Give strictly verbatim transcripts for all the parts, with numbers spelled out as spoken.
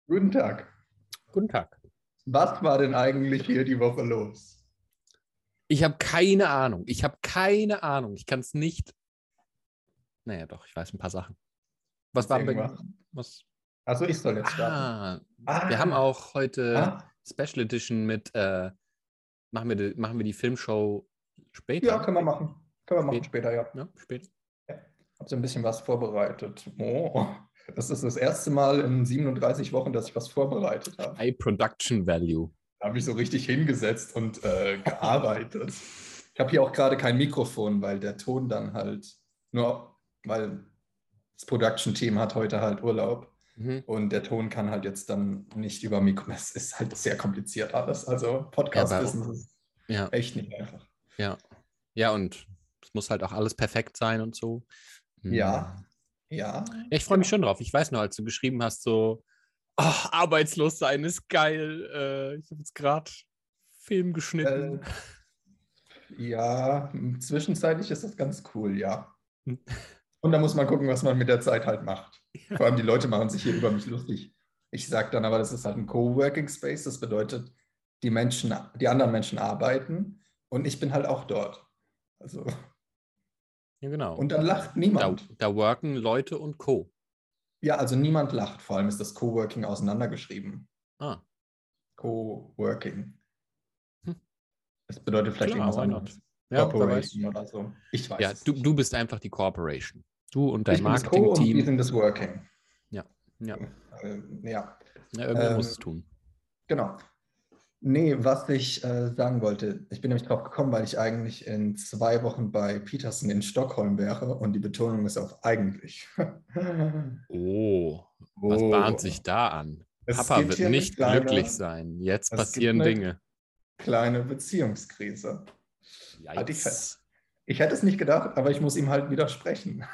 Guten Tag. Guten Tag. Was war denn eigentlich hier die Woche los? Ich habe keine Ahnung. Ich habe keine Ahnung. Ich kann es nicht. Naja, doch, ich weiß ein paar Sachen. Was Gibt's war bei. irgendwas? Was? Achso, ich soll jetzt starten. Ah, wir haben Ah, auch heute ah, Special Edition mit. Äh, machen, wir die, machen wir die Filmshow ja, später? können wir machen. Können wir machen Spät. später, ja. Ja, spät. Ja. Hab so ein bisschen was vorbereitet. Oh, das ist das erste Mal in siebenunddreißig Wochen, dass ich was vorbereitet habe. High Production Value. Da habe ich so richtig hingesetzt und äh, gearbeitet. Ich habe hier auch gerade kein Mikrofon, weil der Ton dann halt nur, weil das Production-Team hat heute halt Urlaub. Mhm. Und der Ton kann halt jetzt dann nicht über Mikro. Es ist halt sehr kompliziert alles. Also Ja, bei, Podcast-Wissen ist ja, echt nicht einfach. ja. Ja, und es muss halt auch alles perfekt sein und so. Ja, Hm. ja, Ja, ich freue mich genau. schon drauf. Ich weiß noch, als du geschrieben hast, so. Ach, arbeitslos sein ist geil. Äh, ich habe jetzt gerade Film Äh, geschnitten. ja, zwischenzeitlich ist das ganz cool, ja. Und da muss man gucken, was man mit der Zeit halt macht. Vor allem die Leute machen sich hier über mich lustig. Ich sage dann aber, das ist halt ein Coworking Space. Das bedeutet, die Menschen, die anderen Menschen arbeiten und ich bin halt auch dort. Also, Ja, genau. und dann lacht Da, niemand. da worken Leute und Co. Ja, also niemand lacht. Vor allem ist das Coworking auseinandergeschrieben. Ah, Coworking. hm. Das bedeutet vielleicht Klar, irgendwas why not? anderes. Ja, wer weiß. Corporation oder so. Ich weiß Ja, es du, nicht. du bist einfach die Corporation. Du und dein Ich bin das Co und wir Marketing-Team. sind das Working. Ja, ja. Äh, ja. Ja, irgendwer muss Ähm, es tun. genau. Nee, was ich äh, sagen wollte, ich bin nämlich drauf gekommen, weil ich eigentlich in zwei Wochen bei Peterson in Stockholm wäre und die Betonung ist auf eigentlich. Oh, was bahnt Oh. sich da an? Es Papa gibt wird hier eine nicht glücklich kleine, sein. Jetzt es gibt passieren eine Dinge. kleine Beziehungskrise. Halte ich Yikes. fest. Ich hätte es nicht gedacht, aber ich muss ihm halt widersprechen.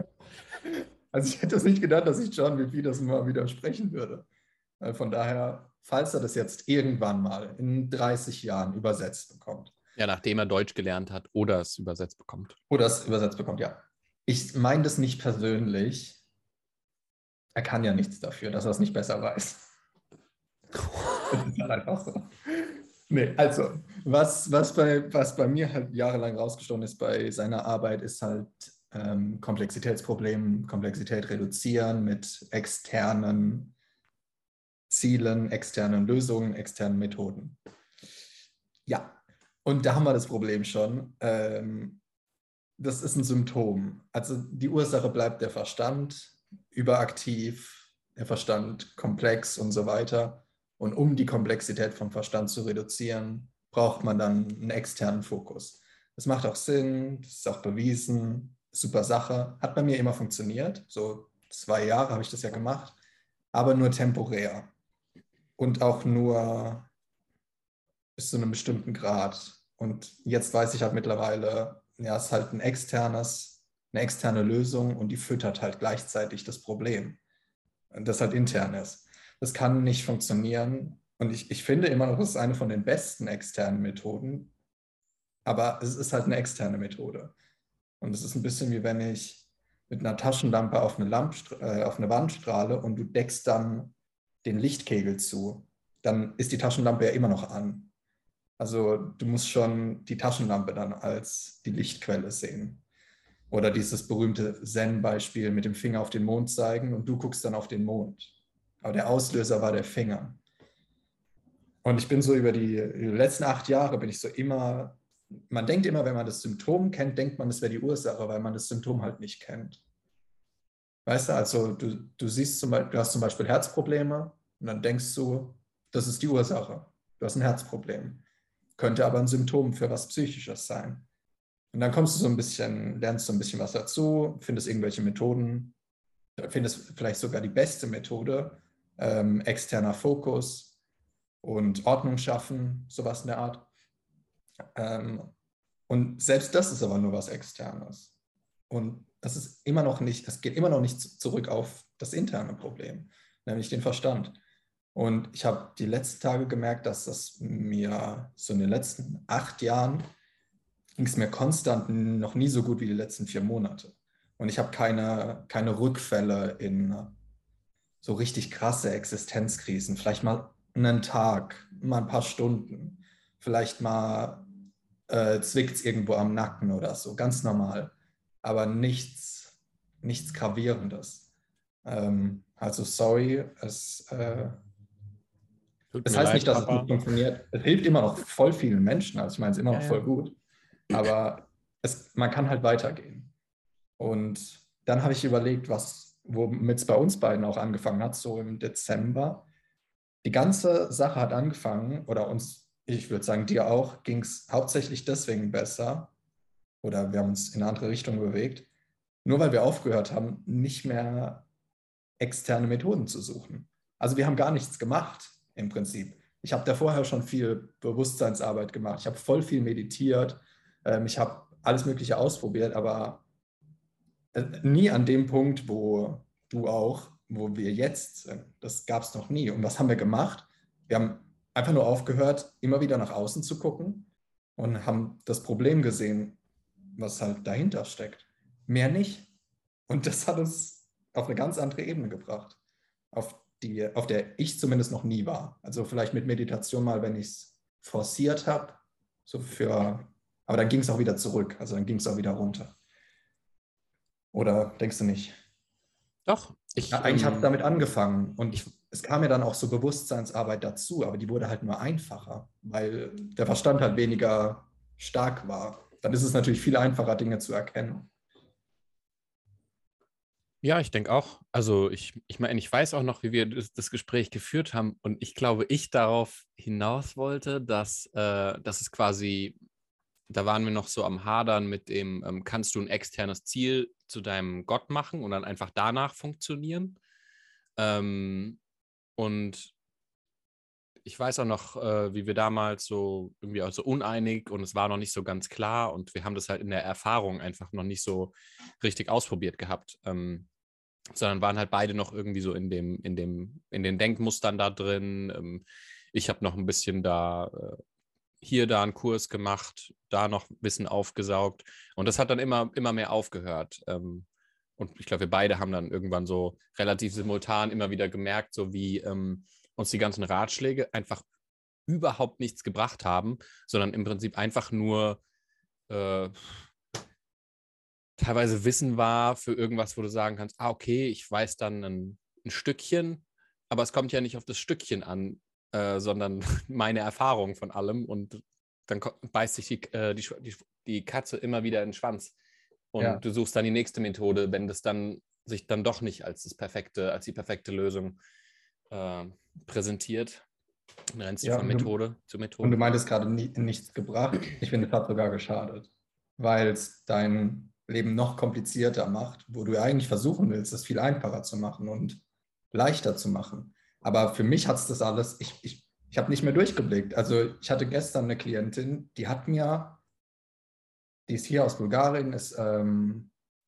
Also ich hätte es nicht gedacht, dass ich John wie das mal widersprechen würde. Von daher, falls er das jetzt irgendwann mal in dreißig Jahren übersetzt bekommt, Ja, nachdem er Deutsch gelernt hat oder es übersetzt bekommt. oder es übersetzt bekommt, ja. Ich meine das nicht persönlich. Er kann ja nichts dafür, dass er es nicht besser weiß. Das ist halt einfach so. Nee, also, was, was, bei, was bei mir halt jahrelang rausgestochen ist bei seiner Arbeit, ist halt ähm, Komplexitätsproblem, Komplexität reduzieren mit externen Zielen, externen Lösungen, externen Methoden. Ja, und da haben wir das Problem schon. Ähm, das ist ein Symptom. Also die Ursache bleibt der Verstand überaktiv, der Verstand komplex und so weiter. Und um die Komplexität vom Verstand zu reduzieren, braucht man dann einen externen Fokus. Das macht auch Sinn, das ist auch bewiesen, super Sache. Hat bei mir immer funktioniert. So zwei Jahre habe ich das ja gemacht, aber nur temporär. Und auch nur bis zu einem bestimmten Grad. Und jetzt weiß ich halt mittlerweile, ja, es ist halt ein externes, eine externe Lösung und die füttert halt gleichzeitig das Problem, das halt intern ist. Das kann nicht funktionieren. Und ich, ich finde immer noch, es ist eine von den besten externen Methoden, aber es ist halt eine externe Methode. Und es ist ein bisschen wie wenn ich mit einer Taschenlampe auf eine, Lamp, äh, auf eine Wand strahle und du deckst dann den Lichtkegel zu. Dann ist die Taschenlampe ja immer noch an. Also du musst schon die Taschenlampe dann als die Lichtquelle sehen. Oder dieses berühmte Zen-Beispiel mit dem Finger auf den Mond zeigen und du guckst dann auf den Mond. Aber der Auslöser war der Finger. Und ich bin so über die, die letzten acht Jahre bin ich so immer, man denkt immer, wenn man das Symptom kennt, denkt man, es wäre die Ursache, weil man das Symptom halt nicht kennt. Weißt du, also du, du siehst zum Beispiel, du hast zum Beispiel Herzprobleme und dann denkst du, das ist die Ursache. Du hast ein Herzproblem. Könnte aber ein Symptom für was Psychisches sein. Und dann kommst du so ein bisschen, lernst so ein bisschen was dazu, findest irgendwelche Methoden, findest vielleicht sogar die beste Methode, ähm, externer Fokus und Ordnung schaffen, sowas in der Art. Ähm, und selbst das ist aber nur was Externes. Und das ist immer noch nicht, das geht immer noch nicht zurück auf das interne Problem, nämlich den Verstand. Und ich habe die letzten Tage gemerkt, dass das mir so in den letzten acht Jahren ging es mir konstant noch nie so gut wie die letzten vier Monate. Und ich habe keine, keine Rückfälle in, so richtig krasse Existenzkrisen, vielleicht mal einen Tag, mal ein paar Stunden, vielleicht mal äh, zwickt es irgendwo am Nacken oder so, ganz normal, aber nichts, nichts Gravierendes. Ähm, also sorry, es, äh, Tut es mir heißt nicht, leid, dass es nicht Papa. funktioniert. Es hilft immer noch voll vielen Menschen, also ich meine es ist immer Ja, noch ja. voll gut, aber es, man kann halt weitergehen. Und dann habe ich überlegt, was, womit es bei uns beiden auch angefangen hat, so im Dezember. Die ganze Sache hat angefangen, oder uns, ich würde sagen, dir auch, ging es hauptsächlich deswegen besser, oder wir haben uns in eine andere Richtung bewegt, nur weil wir aufgehört haben, nicht mehr externe Methoden zu suchen. Also wir haben gar nichts gemacht im Prinzip. Ich habe da vorher schon viel Bewusstseinsarbeit gemacht. Ich habe voll viel meditiert. Ähm, ich habe alles Mögliche ausprobiert, aber äh, nie an dem Punkt, wo du auch, wo wir jetzt sind. Das gab es noch nie. Und was haben wir gemacht? Wir haben einfach nur aufgehört, immer wieder nach außen zu gucken und haben das Problem gesehen, was halt dahinter steckt. Mehr nicht. Und das hat uns auf eine ganz andere Ebene gebracht, auf, die, auf der ich zumindest noch nie war. Also vielleicht mit Meditation mal, wenn ich es forciert habe, so für, aber dann ging es auch wieder zurück, also dann ging es auch wieder runter. Oder denkst du nicht? Doch, Ja, ich, eigentlich hat es ähm, damit angefangen und ich, es kam ja dann auch so Bewusstseinsarbeit dazu, aber die wurde halt nur einfacher, weil der Verstand halt weniger stark war. Dann ist es natürlich viel einfacher, Dinge zu erkennen. ja, ich denke auch. Also ich, ich meine, ich weiß auch noch, wie wir das, das Gespräch geführt haben und ich glaube, ich darauf hinaus wollte, dass, äh, dass es quasi, da waren wir noch so am Hadern mit dem, ähm, kannst du ein externes Ziel zu deinem Gott machen und dann einfach danach funktionieren? Ähm, und ich weiß auch noch, äh, wie wir damals so irgendwie auch so uneinig und es war noch nicht so ganz klar und wir haben das halt in der Erfahrung einfach noch nicht so richtig ausprobiert gehabt, ähm, sondern waren halt beide noch irgendwie so in dem, in dem, in den Denkmustern da drin. Ähm, ich habe noch ein bisschen da äh, hier da einen Kurs gemacht, da noch Wissen aufgesaugt und das hat dann immer, immer mehr aufgehört. Ähm, und ich glaube, wir beide haben dann irgendwann so relativ simultan immer wieder gemerkt, so wie ähm, uns die ganzen Ratschläge einfach überhaupt nichts gebracht haben, sondern im Prinzip einfach nur äh, teilweise Wissen war für irgendwas, wo du sagen kannst, ah, okay, ich weiß dann ein, ein Stückchen, aber es kommt ja nicht auf das Stückchen an, äh, sondern meine Erfahrung von allem und dann beißt sich die, äh, die, die, die Katze immer wieder in den Schwanz und Ja, du suchst dann die nächste Methode, wenn das dann sich dann doch nicht als das perfekte, als die perfekte Lösung äh, präsentiert. Dann rennst du ja, von und du, Methode zu und du Methode. meintest gerade nie, nichts gebracht. Ich finde, es hat sogar geschadet, weil es dein Leben noch komplizierter macht, wo du ja eigentlich versuchen willst, es viel einfacher zu machen und leichter zu machen. Aber für mich hat es das alles, ich, ich, ich habe nicht mehr durchgeblickt. Also ich hatte gestern eine Klientin, die hat mir, die ist hier aus Bulgarien, ist, ähm,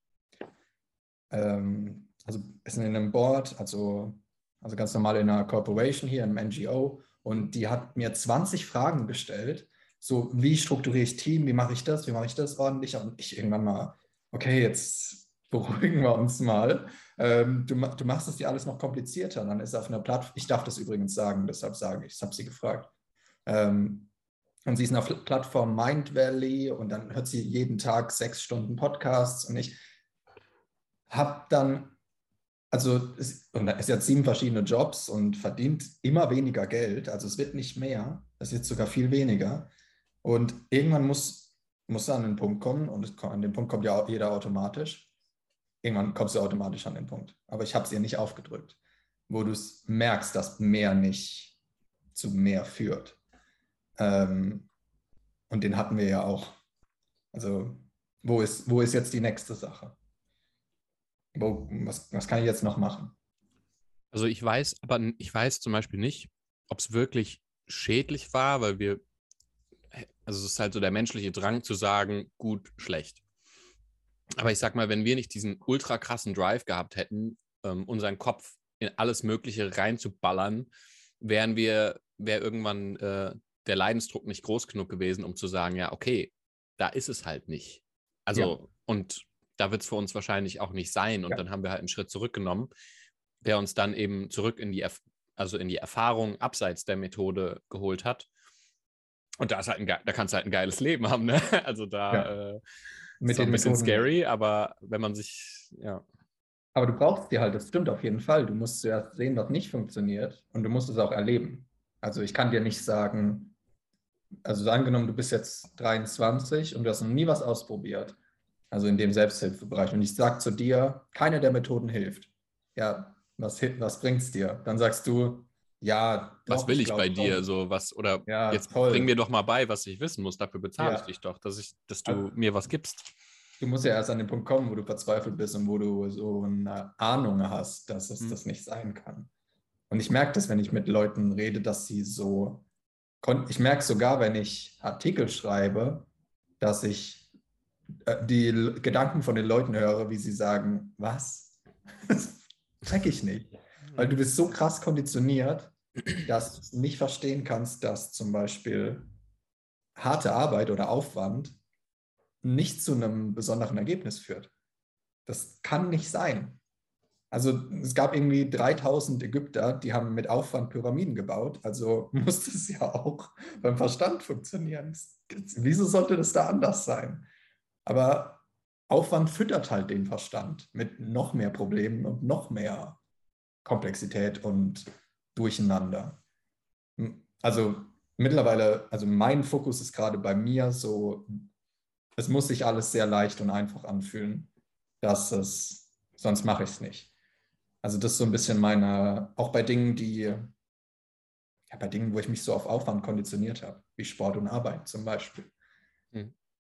ähm, also ist in einem Board, also, also ganz normal in einer Corporation hier, in einem N G O, und die hat mir zwanzig Fragen gestellt, so wie strukturiere ich Team, wie mache ich das, wie mache ich das ordentlich, und ich irgendwann mal, okay, jetzt beruhigen wir uns mal. Ähm, du, du machst es dir alles noch komplizierter, und dann ist auf einer Plattform, ich darf das übrigens sagen, deshalb sage ich, ich habe sie gefragt, ähm, und sie ist auf der Plattform Mind Valley und dann hört sie jeden Tag sechs Stunden Podcasts und ich habe dann, also es, und es hat sieben verschiedene Jobs und verdient immer weniger Geld, also es wird nicht mehr, es wird sogar viel weniger und irgendwann muss, muss an den Punkt kommen und es, an den Punkt kommt ja jeder automatisch, irgendwann kommst du automatisch an den Punkt, aber ich habe es ihr nicht aufgedrückt, wo du es merkst, dass mehr nicht zu mehr führt. Ähm, und den hatten wir ja auch. Also, wo ist, wo ist jetzt die nächste Sache? Wo, was, was kann ich jetzt noch machen? Also ich weiß, aber ich weiß zum Beispiel nicht, ob es wirklich schädlich war, weil wir, also es ist halt so der menschliche Drang zu sagen, gut, schlecht. Aber ich sag mal, wenn wir nicht diesen ultra krassen Drive gehabt hätten, ähm, unseren Kopf in alles Mögliche reinzuballern, wären wir, wäre irgendwann äh, der Leidensdruck nicht groß genug gewesen, um zu sagen, ja, okay, da ist es halt nicht. Ja, Also, und da wird es für uns wahrscheinlich auch nicht sein. Und ja, dann haben wir halt einen Schritt zurückgenommen. der uns dann eben zurück in die, Erf- also in die Erfahrung abseits der Methode geholt hat. Und da, ist halt ein, ge- da kannst du halt ein geiles Leben haben, ne? Also Ja, da äh, mit ist zwar den ein bisschen Methoden nicht. scary, aber wenn man sich, ja, Aber du brauchst die halt, das stimmt auf jeden Fall. Du musst zuerst sehen, was nicht funktioniert und du musst es auch erleben. Also ich kann dir nicht sagen, also angenommen, du bist jetzt dreiundzwanzig und du hast noch nie was ausprobiert, also in dem Selbsthilfebereich, und ich sage zu dir, keine der Methoden hilft. Ja, was, hil- was bringt es dir? Dann sagst du, ja, was doch, will ich ich bei glaube dir, schon. so was, oder Ja, jetzt bring mir toll. doch mal bei, was ich wissen muss, dafür bezahle ich Ja. dich doch, dass ich, dass du Also, mir was gibst. du musst ja erst an den Punkt kommen, wo du verzweifelt bist und wo du so eine Ahnung hast, dass es Hm. das nicht sein kann. Und ich merke das, wenn ich mit Leuten rede, dass sie so, ich merke sogar, wenn ich Artikel schreibe, dass ich äh, die L- Gedanken von den Leuten höre, wie sie sagen, was? Das check ich nicht. Weil du bist so krass konditioniert, dass du nicht verstehen kannst, dass zum Beispiel harte Arbeit oder Aufwand nicht zu einem besonderen Ergebnis führt. Das kann nicht sein. Also es gab irgendwie dreitausend Ägypter, die haben mit Aufwand Pyramiden gebaut. Also muss es ja auch beim Verstand funktionieren. Wieso sollte das da anders sein? Aber Aufwand füttert halt den Verstand mit noch mehr Problemen und noch mehr Komplexität und Durcheinander. Also mittlerweile, also mein Fokus ist gerade bei mir so, es muss sich alles sehr leicht und einfach anfühlen, dass es, sonst mache ich es nicht. Also das ist so ein bisschen meine, auch bei Dingen, die, ja, bei Dingen, wo ich mich so auf Aufwand konditioniert habe, wie Sport und Arbeit zum Beispiel. Hm.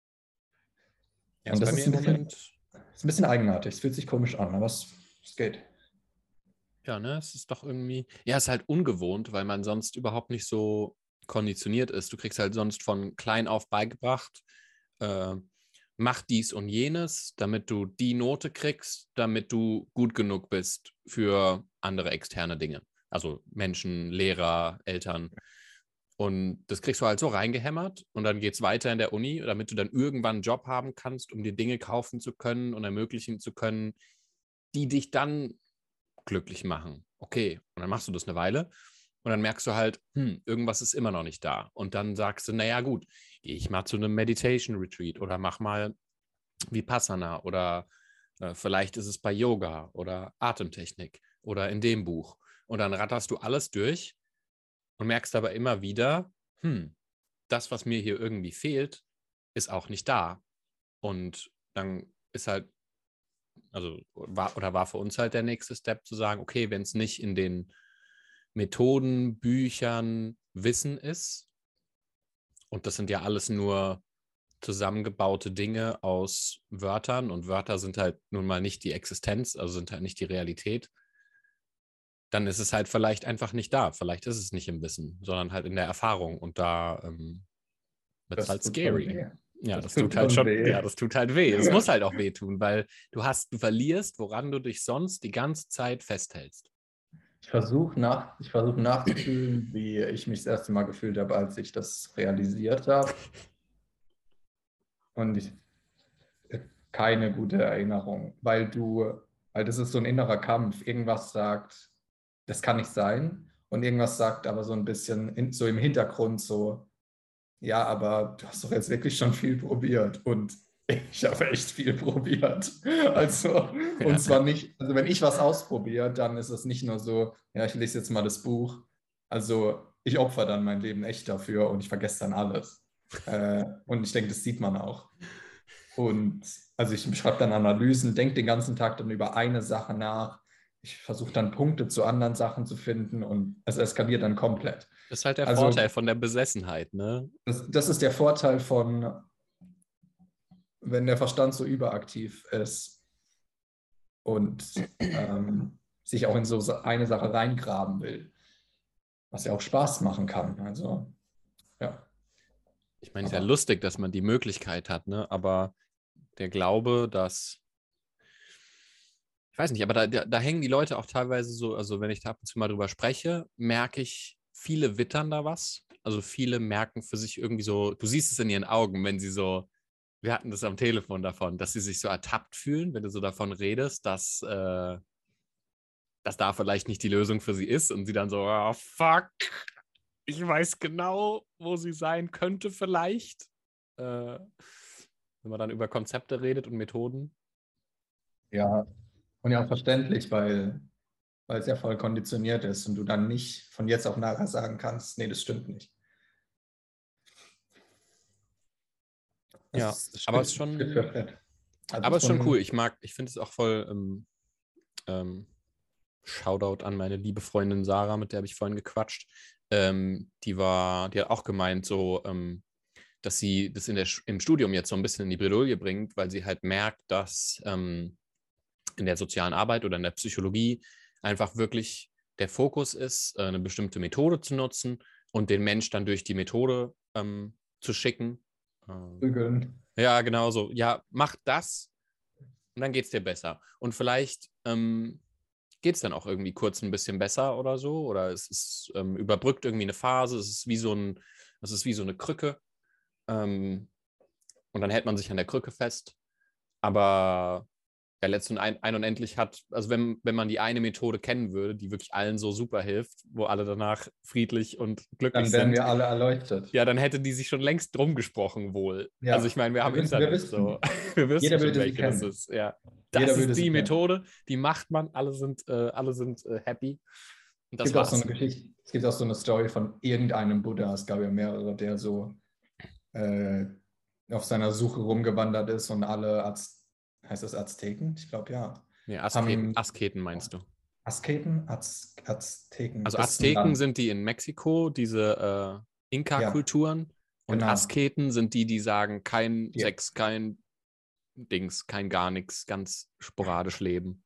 Ja, Und ist das bei mir ist im ein bisschen, Moment, ist ein bisschen eigenartig, es fühlt sich komisch an, aber es, es geht. ja, ne, es ist doch irgendwie, ja, es ist halt ungewohnt, weil man sonst überhaupt nicht so konditioniert ist. Du kriegst halt sonst von klein auf beigebracht, äh, mach dies und jenes, damit du die Note kriegst, damit du gut genug bist für andere externe Dinge. Also Menschen, Lehrer, Eltern. Und das kriegst du halt so reingehämmert und dann geht es weiter in der Uni, damit du dann irgendwann einen Job haben kannst, um dir Dinge kaufen zu können und ermöglichen zu können, die dich dann glücklich machen. Okay, und dann machst du das eine Weile und dann merkst du halt, hm, irgendwas ist immer noch nicht da. Und dann sagst du, naja gut, gehe ich mal zu einem Meditation Retreat oder mach mal Vipassana oder äh, vielleicht ist es bei Yoga oder Atemtechnik oder in dem Buch. Und dann ratterst du alles durch und merkst aber immer wieder, hm, das, was mir hier irgendwie fehlt, ist auch nicht da. Und dann ist halt, also war oder war für uns halt der nächste Step zu sagen, okay, wenn es nicht in den Methoden, Büchern, Wissen ist, und das sind ja alles nur zusammengebaute Dinge aus Wörtern und Wörter sind halt nun mal nicht die Existenz, also sind halt nicht die Realität, dann ist es halt vielleicht einfach nicht da. Vielleicht ist es nicht im Wissen, sondern halt in der Erfahrung und da ähm, wird es Das halt tut schon scary. weh. Ja, Das das tut tut halt schon schon, weh. ja, das tut halt weh. Es muss halt auch weh tun, weil du hast, du verlierst, woran du dich sonst die ganze Zeit festhältst. Ich versuche nach, ich versuch nachzufühlen, wie ich mich das erste Mal gefühlt habe, als ich das realisiert habe. Und ich, keine gute Erinnerung, weil du, weil das ist so ein innerer Kampf. Irgendwas sagt, das kann nicht sein. Und irgendwas sagt aber so ein bisschen in, so im Hintergrund so, ja, aber du hast doch jetzt wirklich schon viel probiert. Und ich habe echt viel probiert. Also, und Ja. zwar nicht, also wenn ich was ausprobiere, dann ist es nicht nur so, ja, ich lese jetzt mal das Buch. Also ich opfer dann mein Leben echt dafür und ich vergesse dann alles. Äh, und ich denke, das sieht man auch. Und also ich schreibe dann Analysen, denke den ganzen Tag dann über eine Sache nach. Ich versuche dann Punkte zu anderen Sachen zu finden und es eskaliert dann komplett. Das ist halt der Vorteil Also von der Besessenheit, ne? das, das ist der Vorteil von, wenn der Verstand so überaktiv ist und ähm, sich auch in so eine Sache reingraben will, was ja auch Spaß machen kann. Also ja, Ich meine, es ist ja aber lustig, dass man die Möglichkeit hat, ne? Aber der Glaube, dass, ich weiß nicht, aber da, da, da hängen die Leute auch teilweise so, also wenn ich da ab und zu mal drüber spreche, merke ich, viele wittern da was. Also viele merken für sich irgendwie so, du siehst es in ihren Augen, wenn sie so, wir hatten das am Telefon davon, dass sie sich so ertappt fühlen, wenn du so davon redest, dass, äh, dass da vielleicht nicht die Lösung für sie ist und sie dann so, oh, fuck, ich weiß genau, wo sie sein könnte vielleicht. Äh, wenn man dann über Konzepte redet und Methoden. Ja, und ja auch verständlich, weil, weil es ja voll konditioniert ist und du dann nicht von jetzt auf nachher sagen kannst, nee, das stimmt nicht. Das Ja, ist aber es Schritt, ist Schritt für schon, Schritt. Also aber es ist schon cool. von, Ich mag, ich finde es auch voll, ähm, ähm, Shoutout an meine liebe Freundin Sarah, mit der habe ich vorhin gequatscht. Ähm, die war, die hat auch gemeint, so, ähm, dass sie das in der, im Studium jetzt so ein bisschen in die Bredouille bringt, weil sie halt merkt, dass ähm, in der sozialen Arbeit oder in der Psychologie einfach wirklich der Fokus ist, äh, eine bestimmte Methode zu nutzen und den Mensch dann durch die Methode ähm, zu schicken. Ähm, Prügeln. ja, genau so. Ja, mach das und dann geht es dir besser. Und vielleicht ähm, geht es dann auch irgendwie kurz ein bisschen besser oder so. Oder es ist, ähm, überbrückt irgendwie eine Phase. Es ist wie so ein, es ist wie so eine Krücke. Ähm, und dann hält man sich an der Krücke fest. Aber ja, letzten ein, ein und endlich hat, also wenn, wenn man die eine Methode kennen würde, die wirklich allen so super hilft, wo alle danach friedlich und glücklich Dann werden sind, wir alle erleuchtet. ja, dann hätte die sich schon längst drum gesprochen wohl. Also ich Ja, meine, wir haben wir wissen, wir Internet, so. wissen. Wir wissen Jeder schon, würde sie welche das kennen. ist, ja. Das Jeder würde ist sie die kennen. Methode, die macht man, alle sind, äh, alle sind äh, happy. Und Es das gibt auch so eine war's. Geschichte, es gibt auch so eine Story von irgendeinem Buddha, es gab ja mehrere, der so äh, auf seiner Suche rumgewandert ist und alle Az heißt das Azteken? Ich glaube ja. Nee, Asketen, Haben Asketen meinst du? Asketen? Az Azteken, Also das ist ein Azteken Land. sind die in Mexiko, diese äh, Ja, Inka-Kulturen. Und genau. Asketen sind die, die sagen, kein Ja. Sex, kein Dings, kein gar nichts, ganz sporadisch leben.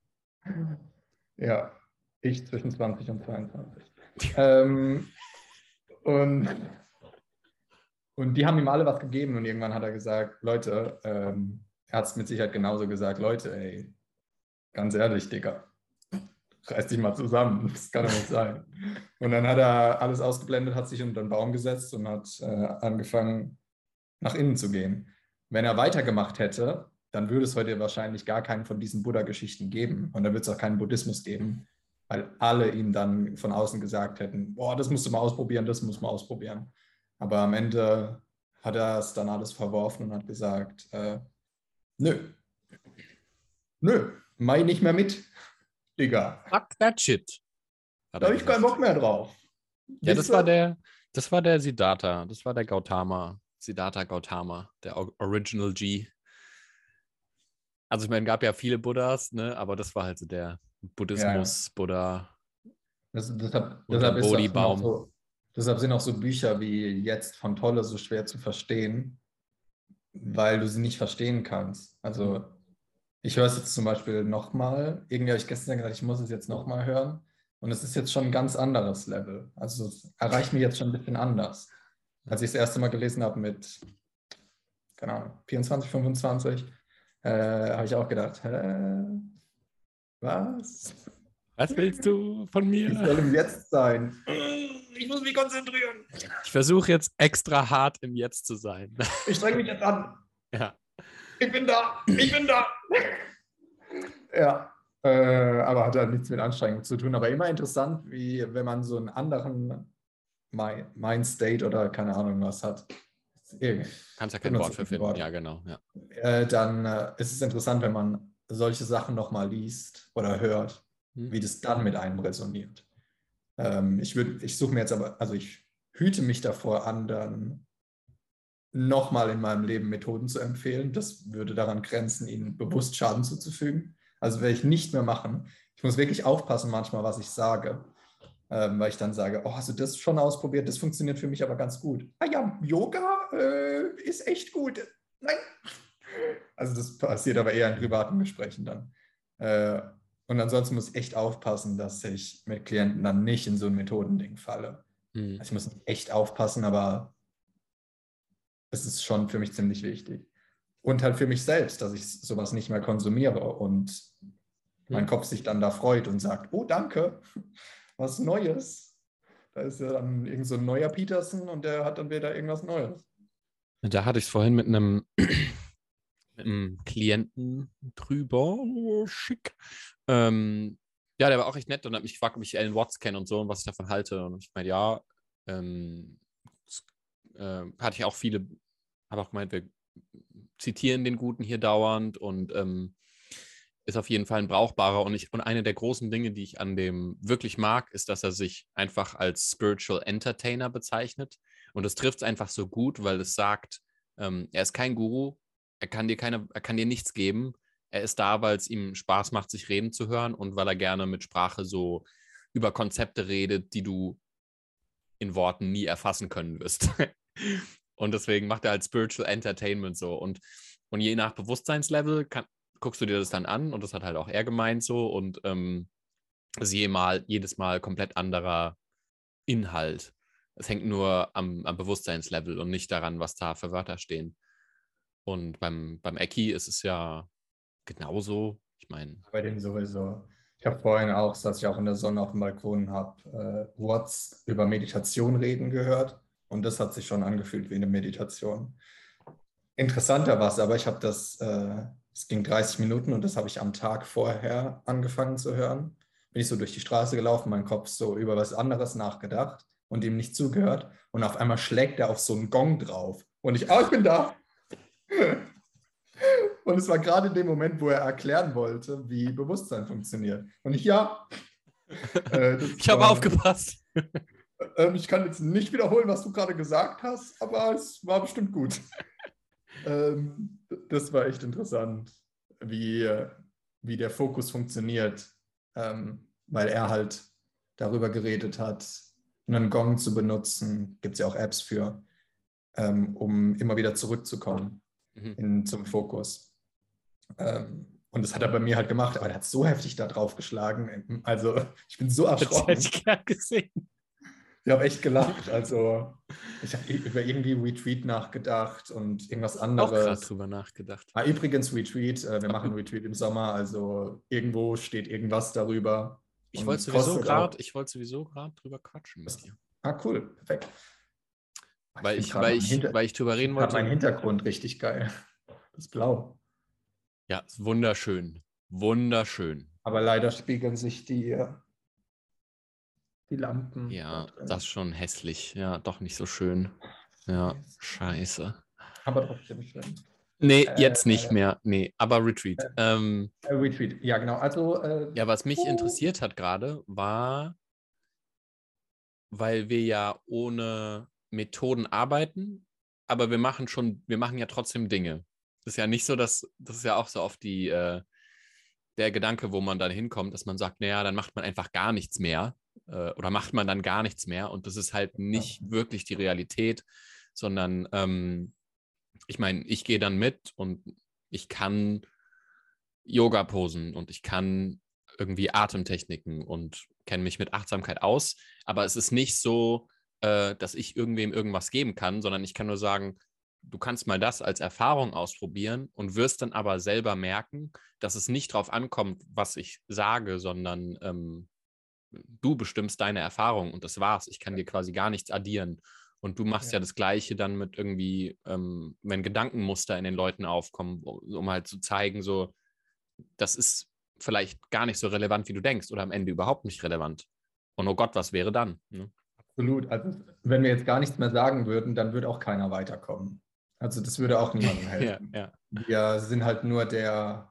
Ja, ich zwischen zwanzig und zweiundzwanzig. Ähm, und, und die haben ihm alle was gegeben und irgendwann hat er gesagt, Leute, ähm, er hat es mit Sicherheit genauso gesagt, Leute, ey, ganz ehrlich, Digga, reiß dich mal zusammen, das kann doch nicht sein. Und dann hat er alles ausgeblendet, hat sich unter den Baum gesetzt und hat äh, angefangen, nach innen zu gehen. Wenn er weitergemacht hätte, dann würde es heute wahrscheinlich gar keinen von diesen Buddha-Geschichten geben und dann wird es auch keinen Buddhismus geben, weil alle ihm dann von außen gesagt hätten, boah, das musst du mal ausprobieren, das musst du mal ausprobieren. Aber am Ende hat er es dann alles verworfen und hat gesagt, äh, nö, nö, mach ich nicht mehr mit, Digga. Fuck that shit, hat Da er habe ich keinen gesagt. Bock mehr drauf. Ja, das Wisst war ihr? der, das war der Siddhartha, das war der Gautama, Siddhartha Gautama, der Original G. Also ich meine, gab ja viele Buddhas, ne, aber das war halt so der Ja, ja. Buddhismus-Buddha Das, deshalb, deshalb, unterm ist das auch Bodhi-Baum. so, deshalb sind auch so Bücher wie jetzt von Tolle so schwer zu verstehen, weil du sie nicht verstehen kannst. Also ich höre es jetzt zum Beispiel nochmal. Irgendwie habe ich gestern gesagt, ich muss es jetzt nochmal hören. Und es ist jetzt schon ein ganz anderes Level. Also es erreicht mich jetzt schon ein bisschen anders. Als ich das erste Mal gelesen habe mit, keine Ahnung, vierundzwanzig, fünfundzwanzig, äh, habe ich auch gedacht, hä, was? Was willst du von Ich mir? soll im Jetzt sein. Ich muss mich konzentrieren. Ich versuche jetzt extra hart im Jetzt zu sein. Ich streng mich jetzt an. Ja. Ich bin da. Ich bin da. Ja, äh, aber hat halt nichts mit Anstrengung zu tun. Aber immer interessant, wie wenn man so einen anderen Mind-State oder keine Ahnung was hat. Kannst ja kein Benutze Wort ich für ein finden. Wort. Ja, genau. Ja. Äh, dann äh, ist es interessant, wenn man solche Sachen nochmal liest oder hört, Hm. wie das dann mit einem resoniert. Ähm, ich würde, ich suche mir jetzt aber, also ich hüte mich davor an, dann nochmal in meinem Leben Methoden zu empfehlen. Das würde daran grenzen, ihnen bewusst Schaden zuzufügen. Also werde ich nicht mehr machen. Ich muss wirklich aufpassen manchmal, was ich sage, ähm, weil ich dann sage, oh, hast du das schon ausprobiert? Das funktioniert für mich aber ganz gut. Ah ja, Yoga äh, ist echt gut. Nein. Also das passiert aber eher in privaten Gesprächen dann. Äh, und ansonsten muss ich echt aufpassen, dass ich mit Klienten dann nicht in so ein Methodending falle. Hm. Also ich muss echt aufpassen, aber es ist schon für mich ziemlich wichtig. Und halt für mich selbst, dass ich sowas nicht mehr konsumiere und mein Hm. Kopf sich dann da freut und sagt, oh danke, was Neues. Da ist ja dann irgend so ein neuer Peterson und der hat dann wieder irgendwas Neues. Da hatte ich es vorhin mit einem, mit einem Klienten drüber. Oh, schick. Ähm, Ja, der war auch echt nett und hat mich gefragt, ob ich Alan Watts kenne und so und was ich davon halte. Und ich meine, ja, ähm, das, äh, hatte ich auch viele, habe auch gemeint, wir zitieren den Guten hier dauernd und ähm, ist auf jeden Fall ein brauchbarer. Und, ich, und eine der großen Dinge, die ich an dem wirklich mag, ist, dass er sich einfach als Spiritual Entertainer bezeichnet. Und das trifft es einfach so gut, weil es sagt, ähm, er ist kein Guru, er kann dir keine, er kann dir nichts geben. Er ist da, weil es ihm Spaß macht, sich reden zu hören und weil er gerne mit Sprache so über Konzepte redet, die du in Worten nie erfassen können wirst. Und deswegen macht er halt Spiritual Entertainment so. Und, und je nach Bewusstseinslevel kann, guckst du dir das dann an und das hat halt auch er gemeint so und ähm, ist je mal, jedes Mal komplett anderer Inhalt. Es hängt nur am, am Bewusstseinslevel und nicht daran, was da für Wörter stehen. Und beim, beim Ecki ist es ja genauso. Ich meine, Bei dem sowieso. Ich habe vorhin auch, saß ich auch in der Sonne auf dem Balkon, habe äh, Watts über Meditation reden gehört und das hat sich schon angefühlt wie eine Meditation. Interessanter war es, aber ich habe das, äh, es ging dreißig Minuten und das habe ich am Tag vorher angefangen zu hören. Bin ich so durch die Straße gelaufen, mein Kopf so über was anderes nachgedacht und ihm nicht zugehört und auf einmal schlägt er auf so einen Gong drauf und ich, ah, ich bin da. Und es war gerade in dem Moment, wo er erklären wollte, wie Bewusstsein funktioniert. Und ich, ja, äh, das ich habe war, aufgepasst. äh, ich kann jetzt nicht wiederholen, was du gerade gesagt hast, aber es war bestimmt gut. ähm, das war echt interessant, wie, wie der Fokus funktioniert, ähm, weil er halt darüber geredet hat, einen Gong zu benutzen, gibt es ja auch Apps für, ähm, um immer wieder zurückzukommen Mhm. in, zum Fokus. Ähm, und das hat er bei mir halt gemacht, aber er hat so heftig da drauf geschlagen. Also ich bin so Das hätte erschrocken. ich gern gesehen. Ich habe echt gelacht. Also ich habe über irgendwie Retweet nachgedacht und irgendwas Auch gerade anderes. drüber nachgedacht. Ah, übrigens Retweet, äh, wir machen Retweet im Sommer, also irgendwo steht irgendwas darüber. Ich Und wollte es sowieso kostet auch. gerade, ich wollte sowieso gerade drüber quatschen mit Das, dir. ah, cool, perfekt. Ich Weil finde ich, gerade weil meinen ich, Hinter weil ich drüber reden gerade meinen wollte. Hintergrund richtig geil. Das Blau. Ja, ist wunderschön. Wunderschön. Aber leider spiegeln sich die, äh, die Lampen da Ja, das ist drin. schon hässlich. Ja, doch nicht so schön. Ja, scheiße. Aber trotzdem schön. Nee, Äh, jetzt nicht mehr. Nee, aber Retreat. äh, Ähm, Retweet, ja genau. Also, äh, ja, was mich uh, interessiert hat gerade, war, weil wir ja ohne Methoden arbeiten, aber wir machen schon, wir machen ja trotzdem Dinge. Das ist ja nicht so, dass, das ist ja auch so oft die, äh, der Gedanke, wo man dann hinkommt, dass man sagt, naja, dann macht man einfach gar nichts mehr äh, oder macht man dann gar nichts mehr und das ist halt nicht wirklich die Realität, sondern ähm, ich meine, ich gehe dann mit und ich kann Yoga-Posen und ich kann irgendwie Atemtechniken und kenne mich mit Achtsamkeit aus, aber es ist nicht so, äh, dass ich irgendwem irgendwas geben kann, sondern ich kann nur sagen, du kannst mal das als Erfahrung ausprobieren und wirst dann aber selber merken, dass es nicht darauf ankommt, was ich sage, sondern ähm, du bestimmst deine Erfahrung und das war's. Ich kann dir quasi gar nichts addieren. Und du machst ja. ja das Gleiche dann mit irgendwie, ähm, wenn Gedankenmuster in den Leuten aufkommen, um halt zu zeigen, so, das ist vielleicht gar nicht so relevant, wie du denkst oder am Ende überhaupt nicht relevant. Und oh Gott, was wäre dann? Ne? Absolut. Also, wenn wir jetzt gar nichts mehr sagen würden, dann würde auch keiner weiterkommen. Also, das würde auch niemandem Ja, helfen. ja. Wir sind halt nur der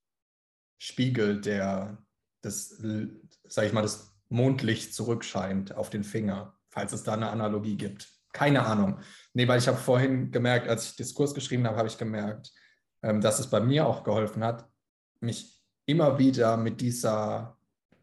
Spiegel, der das, sag ich mal, das Mondlicht zurückscheint auf den Finger, falls es da eine Analogie gibt. Keine Ahnung. Nee, weil ich habe vorhin gemerkt, als ich Diskurs geschrieben habe, habe ich gemerkt, ähm, dass es bei mir auch geholfen hat, mich immer wieder mit dieser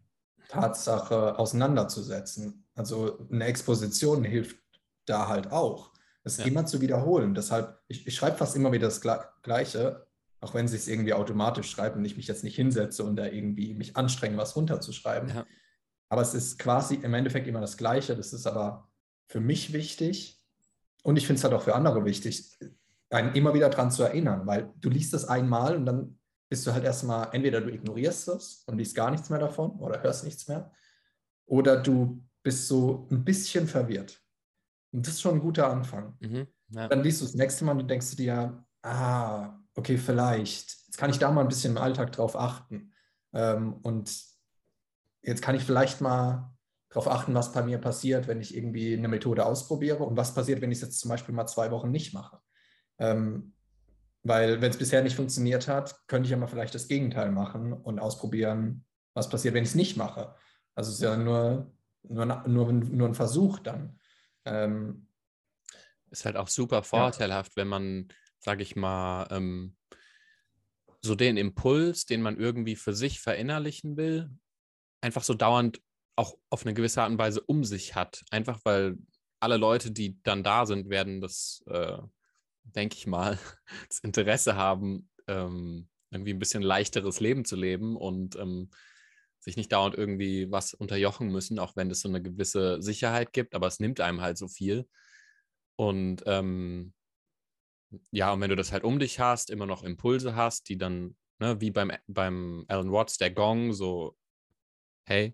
Tatsache auseinanderzusetzen. Also eine Exposition hilft da halt auch, es Ja. immer zu wiederholen. Deshalb, ich, ich schreibe fast immer wieder das Gleiche, auch wenn es sich irgendwie automatisch schreibt und ich mich jetzt nicht hinsetze und da irgendwie mich anstrenge, was runterzuschreiben. Ja. Aber es ist quasi im Endeffekt immer das Gleiche. Das ist aber für mich wichtig und ich finde es halt auch für andere wichtig, einen immer wieder dran zu erinnern, weil du liest es einmal und dann bist du halt erstmal, entweder du ignorierst es und liest gar nichts mehr davon oder hörst nichts mehr, oder du bist so ein bisschen verwirrt. Und das ist schon ein guter Anfang. Mhm. Ja. Dann liest du das nächste Mal und denkst du dir, ah, okay, vielleicht, jetzt kann ich da mal ein bisschen im Alltag drauf achten. Ähm, und jetzt kann ich vielleicht mal darauf achten, was bei mir passiert, wenn ich irgendwie eine Methode ausprobiere und was passiert, wenn ich es jetzt zum Beispiel mal zwei Wochen nicht mache. Ähm, weil wenn es bisher nicht funktioniert hat, könnte ich ja mal vielleicht das Gegenteil machen und ausprobieren, was passiert, wenn ich es nicht mache. Also es ist ja nur, nur, nur, nur ein Versuch dann. Ähm, Ist halt auch super ja. vorteilhaft, wenn man, sage ich mal, ähm, so den Impuls, den man irgendwie für sich verinnerlichen will, einfach so dauernd auch auf eine gewisse Art und Weise um sich hat. Einfach weil alle Leute, die dann da sind, werden das, äh, denke ich mal, das Interesse haben, ähm, irgendwie ein bisschen leichteres Leben zu leben und ähm, sich nicht dauernd irgendwie was unterjochen müssen, auch wenn es so eine gewisse Sicherheit gibt, aber es nimmt einem halt so viel. Und ähm, ja, und wenn du das halt um dich hast, immer noch Impulse hast, die dann, ne, wie beim, beim Alan Watts, der Gong, so, hey,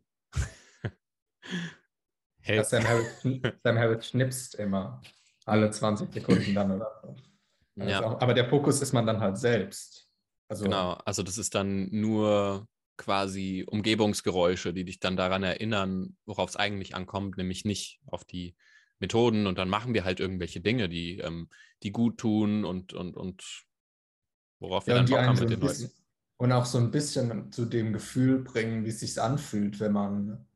Ja, hey. Sam Harris, Sam Harris schnipst immer alle Hm, zwanzig Sekunden dann oder so. Also ja, auch, aber der Fokus ist man dann halt selbst. Also, genau. Also das ist dann nur quasi Umgebungsgeräusche, die dich dann daran erinnern, worauf es eigentlich ankommt, nämlich nicht auf die Methoden. Und dann machen wir halt irgendwelche Dinge, die, ähm, die gut tun und, und, und worauf wir ja, und dann die Bock einen haben so mit ein den Leuten. bisschen und auch so ein bisschen zu dem Gefühl bringen, wie es sich anfühlt, wenn man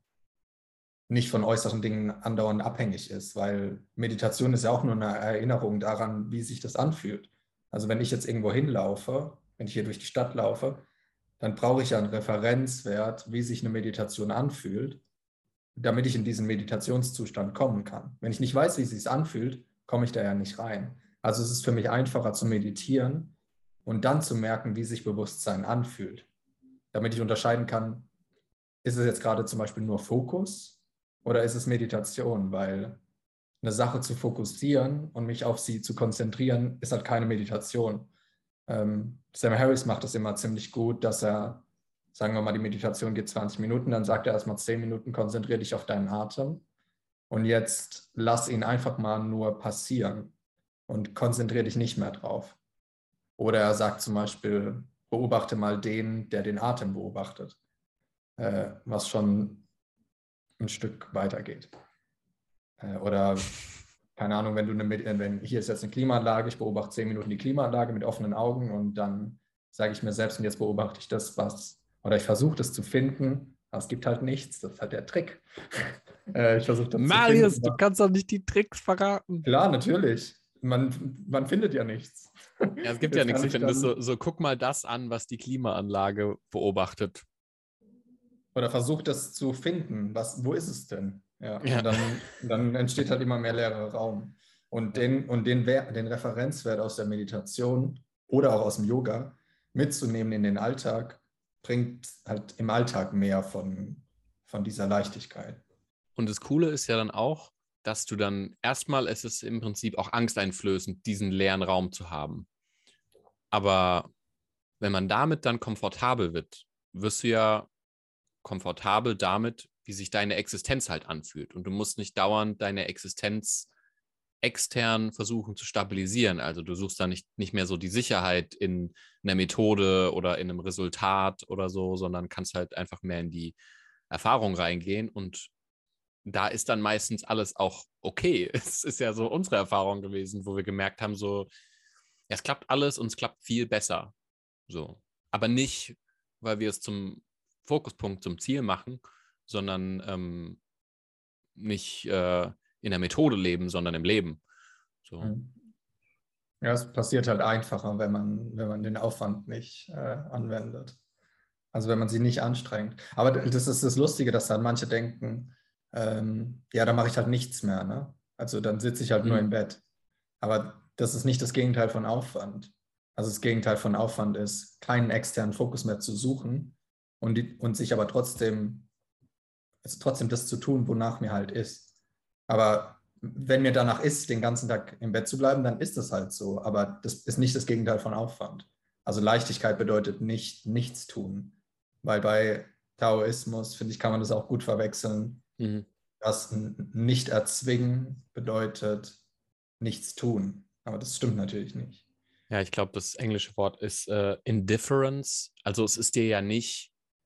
nicht von äußeren Dingen andauernd abhängig ist, weil Meditation ist ja auch nur eine Erinnerung daran, wie sich das anfühlt. Also wenn ich jetzt irgendwo hinlaufe, wenn ich hier durch die Stadt laufe, dann brauche ich ja einen Referenzwert, wie sich eine Meditation anfühlt, damit ich in diesen Meditationszustand kommen kann. Wenn ich nicht weiß, wie es sich anfühlt, komme ich da ja nicht rein. Also es ist für mich einfacher zu meditieren und dann zu merken, wie sich Bewusstsein anfühlt, damit ich unterscheiden kann, ist es jetzt gerade zum Beispiel nur Fokus oder ist es Meditation? Weil eine Sache zu fokussieren und mich auf sie zu konzentrieren, ist halt keine Meditation. Ähm, Sam Harris macht das immer ziemlich gut, dass er, sagen wir mal, die Meditation geht zwanzig Minuten, dann sagt er erstmal zehn Minuten, konzentriere dich auf deinen Atem und jetzt lass ihn einfach mal nur passieren und konzentriere dich nicht mehr drauf. Oder er sagt zum Beispiel, beobachte mal den, der den Atem beobachtet, äh, was schon ein Stück weitergeht. Äh, oder, keine Ahnung, wenn du eine, wenn hier ist jetzt eine Klimaanlage, ich beobachte zehn Minuten die Klimaanlage mit offenen Augen und dann sage ich mir selbst, und jetzt beobachte ich das, was, oder ich versuche das zu finden, aber es gibt halt nichts, das ist halt der Trick. äh, ich versuche das zu Marius, finden. du kannst doch nicht die Tricks verraten. Klar, natürlich. Man, man findet ja nichts. Ja, es gibt ja Jetzt nichts kann zu ich finden. Das ist so, dann, so, guck mal das an, was die Klimaanlage beobachtet. oder versuche das zu finden. Was, wo ist es denn? Ja, Ja. und dann, dann entsteht halt immer mehr leerer Raum. Und Ja. den, und den, Wert, den Referenzwert aus der Meditation oder auch aus dem Yoga mitzunehmen in den Alltag, bringt halt im Alltag mehr von, von dieser Leichtigkeit. Und das Coole ist ja dann auch, dass du dann erstmal, es ist im Prinzip auch angsteinflößend, diesen leeren Raum zu haben. Aber wenn man damit dann komfortabel wird, wirst du ja komfortabel damit, wie sich deine Existenz halt anfühlt. Und du musst nicht dauernd deine Existenz extern versuchen zu stabilisieren. Also du suchst da nicht, nicht mehr so die Sicherheit in einer Methode oder in einem Resultat oder so, sondern kannst halt einfach mehr in die Erfahrung reingehen. Und da ist dann meistens alles auch okay. Es ist ja so unsere Erfahrung gewesen, wo wir gemerkt haben, so, ja, es klappt alles und es klappt viel besser. So. Aber nicht, weil wir es zum Fokuspunkt, zum Ziel machen, sondern ähm, nicht äh, in der Methode leben, sondern im Leben. So. Mhm. Ja, es passiert halt einfacher, wenn man, wenn man den Aufwand nicht äh, anwendet. Also wenn man sich nicht anstrengt. Aber das ist das Lustige, dass dann manche denken, ähm, ja, da mache ich halt nichts mehr. Ne? Also dann sitze ich halt nur im Mhm. Bett. Aber das ist nicht das Gegenteil von Aufwand. Also das Gegenteil von Aufwand ist, keinen externen Fokus mehr zu suchen und, die, und sich aber trotzdem, also trotzdem das zu tun, wonach mir halt ist. Aber wenn mir danach ist, den ganzen Tag im Bett zu bleiben, dann ist das halt so. Aber das ist nicht das Gegenteil von Aufwand. Also Leichtigkeit bedeutet nicht nichts tun. Weil bei Taoismus, finde ich, kann man das auch gut verwechseln. Mhm. Das nicht erzwingen bedeutet nichts tun. Aber das stimmt natürlich nicht. Ja, ich glaube, das englische Wort ist äh, Indifference. Also es ist dir ja nicht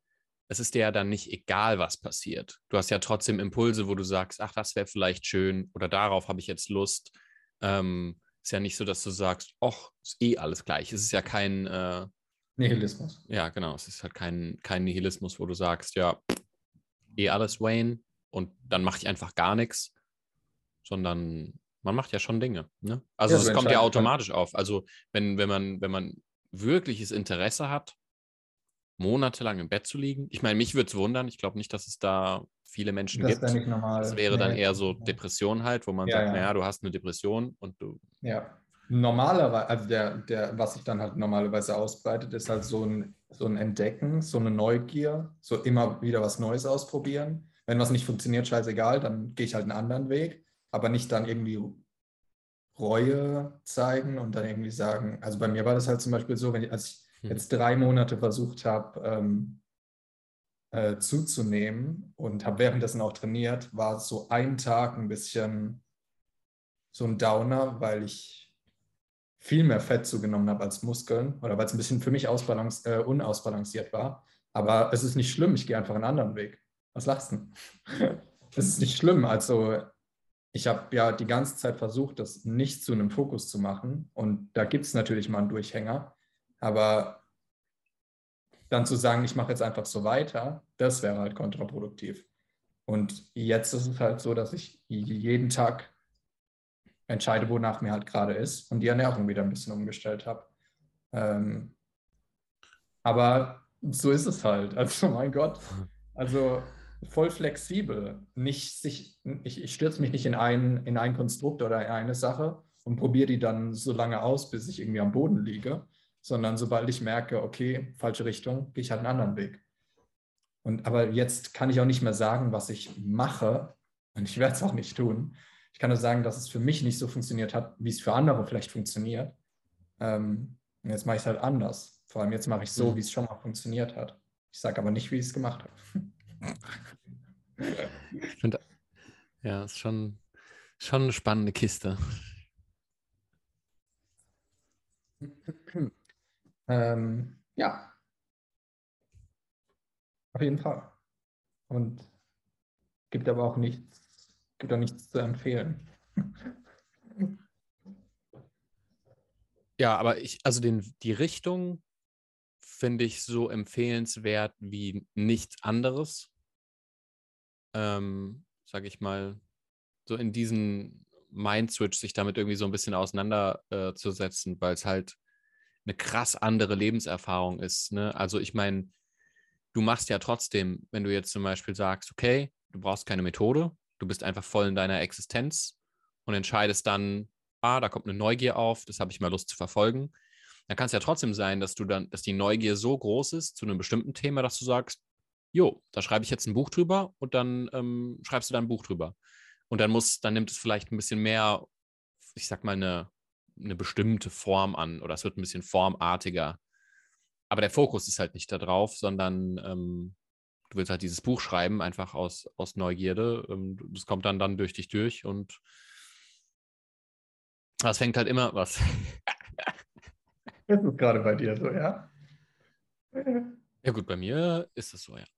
es ist dir ja dann nicht egal, was passiert. Du hast ja trotzdem Impulse, wo du sagst, ach, das wäre vielleicht schön oder darauf habe ich jetzt Lust. Ähm, ist ja nicht so, dass du sagst, ach, ist eh alles gleich. Es ist ja kein, äh, Nihilismus. ja, genau, es ist halt kein, kein Nihilismus, wo du sagst, ja, eh alles Wayne und dann mache ich einfach gar nichts, sondern man macht ja schon Dinge. Ne? Also Ja, du es kommt ja entscheidest halt. automatisch auf. Also wenn, wenn man, wenn man wirkliches Interesse hat, monatelang im Bett zu liegen. Ich meine, mich würde es wundern. Ich glaube nicht, dass es da viele Menschen Das wäre gibt. nicht Das normal. wäre dann Nee. eher so Depression halt, wo man Ja, sagt, naja, ja. du hast eine Depression und du. Ja. Normalerweise, also der, der, was sich dann halt normalerweise ausbreitet, ist halt so ein, so ein Entdecken, so eine Neugier, so immer wieder was Neues ausprobieren. Wenn was nicht funktioniert, scheißegal, dann gehe ich halt einen anderen Weg, aber nicht dann irgendwie Reue zeigen und dann irgendwie sagen, also bei mir war das halt zum Beispiel so, wenn ich, als ich Hm. jetzt drei Monate versucht habe, ähm, äh, zuzunehmen und habe währenddessen auch trainiert, war so ein Tag ein bisschen so ein Downer, weil ich viel mehr Fett zugenommen habe als Muskeln oder weil es ein bisschen für mich ausbalance, äh, unausbalanciert war. Aber es ist nicht schlimm, ich gehe einfach einen anderen Weg. Was lachst du? Es ist nicht schlimm. Also ich habe ja die ganze Zeit versucht, das nicht zu einem Fokus zu machen. Und da gibt es natürlich mal einen Durchhänger. Aber dann zu sagen, ich mache jetzt einfach so weiter, das wäre halt kontraproduktiv. Und jetzt ist es halt so, dass ich jeden Tag entscheide, wonach mir halt gerade ist und die Ernährung wieder ein bisschen umgestellt habe. Ähm, aber so ist es halt. Also, mein Gott. Also voll flexibel. Nicht sich, ich, ich stürze mich nicht in ein, in ein Konstrukt oder in eine Sache und probiere die dann so lange aus, bis ich irgendwie am Boden liege, sondern sobald ich merke, okay, falsche Richtung, gehe ich halt einen anderen Weg. Und aber jetzt kann ich auch nicht mehr sagen, was ich mache, und ich werde es auch nicht tun. Ich kann nur sagen, dass es für mich nicht so funktioniert hat, wie es für andere vielleicht funktioniert. Ähm, und jetzt mache ich es halt anders. Vor allem jetzt mache ich so, Hm. wie es schon mal funktioniert hat. Ich sage aber nicht, wie ich es gemacht habe. Ich finde, ja, ist schon, schon eine spannende Kiste. ähm, ja, auf jeden Fall. Und gibt aber auch nichts, gibt auch nichts zu empfehlen. Ja, aber ich, also den, die Richtung finde ich so empfehlenswert wie nichts anderes. Ähm, sage ich mal, so in diesen Mind-Switch sich damit irgendwie so ein bisschen auseinanderzusetzen, äh, weil es halt eine krass andere Lebenserfahrung ist. Ne? Also ich meine, du machst ja trotzdem, wenn du jetzt zum Beispiel sagst, okay, du brauchst keine Methode, du bist einfach voll in deiner Existenz und entscheidest dann, ah, da kommt eine Neugier auf, das habe ich mal Lust zu verfolgen. Dann kann es ja trotzdem sein, dass du dann, dass die Neugier so groß ist zu einem bestimmten Thema, dass du sagst, jo, da schreibe ich jetzt ein Buch drüber und dann ähm, schreibst du da ein Buch drüber. Und dann muss, dann nimmt es vielleicht ein bisschen mehr, ich sag mal, eine, eine bestimmte Form an oder es wird ein bisschen formartiger. Aber der Fokus ist halt nicht da drauf, sondern ähm, du willst halt dieses Buch schreiben, einfach aus, aus Neugierde. Ähm, das kommt dann, dann durch dich durch und das fängt halt immer was. Das ist gerade bei dir so, ja? Ja gut, bei mir ist es so, ja.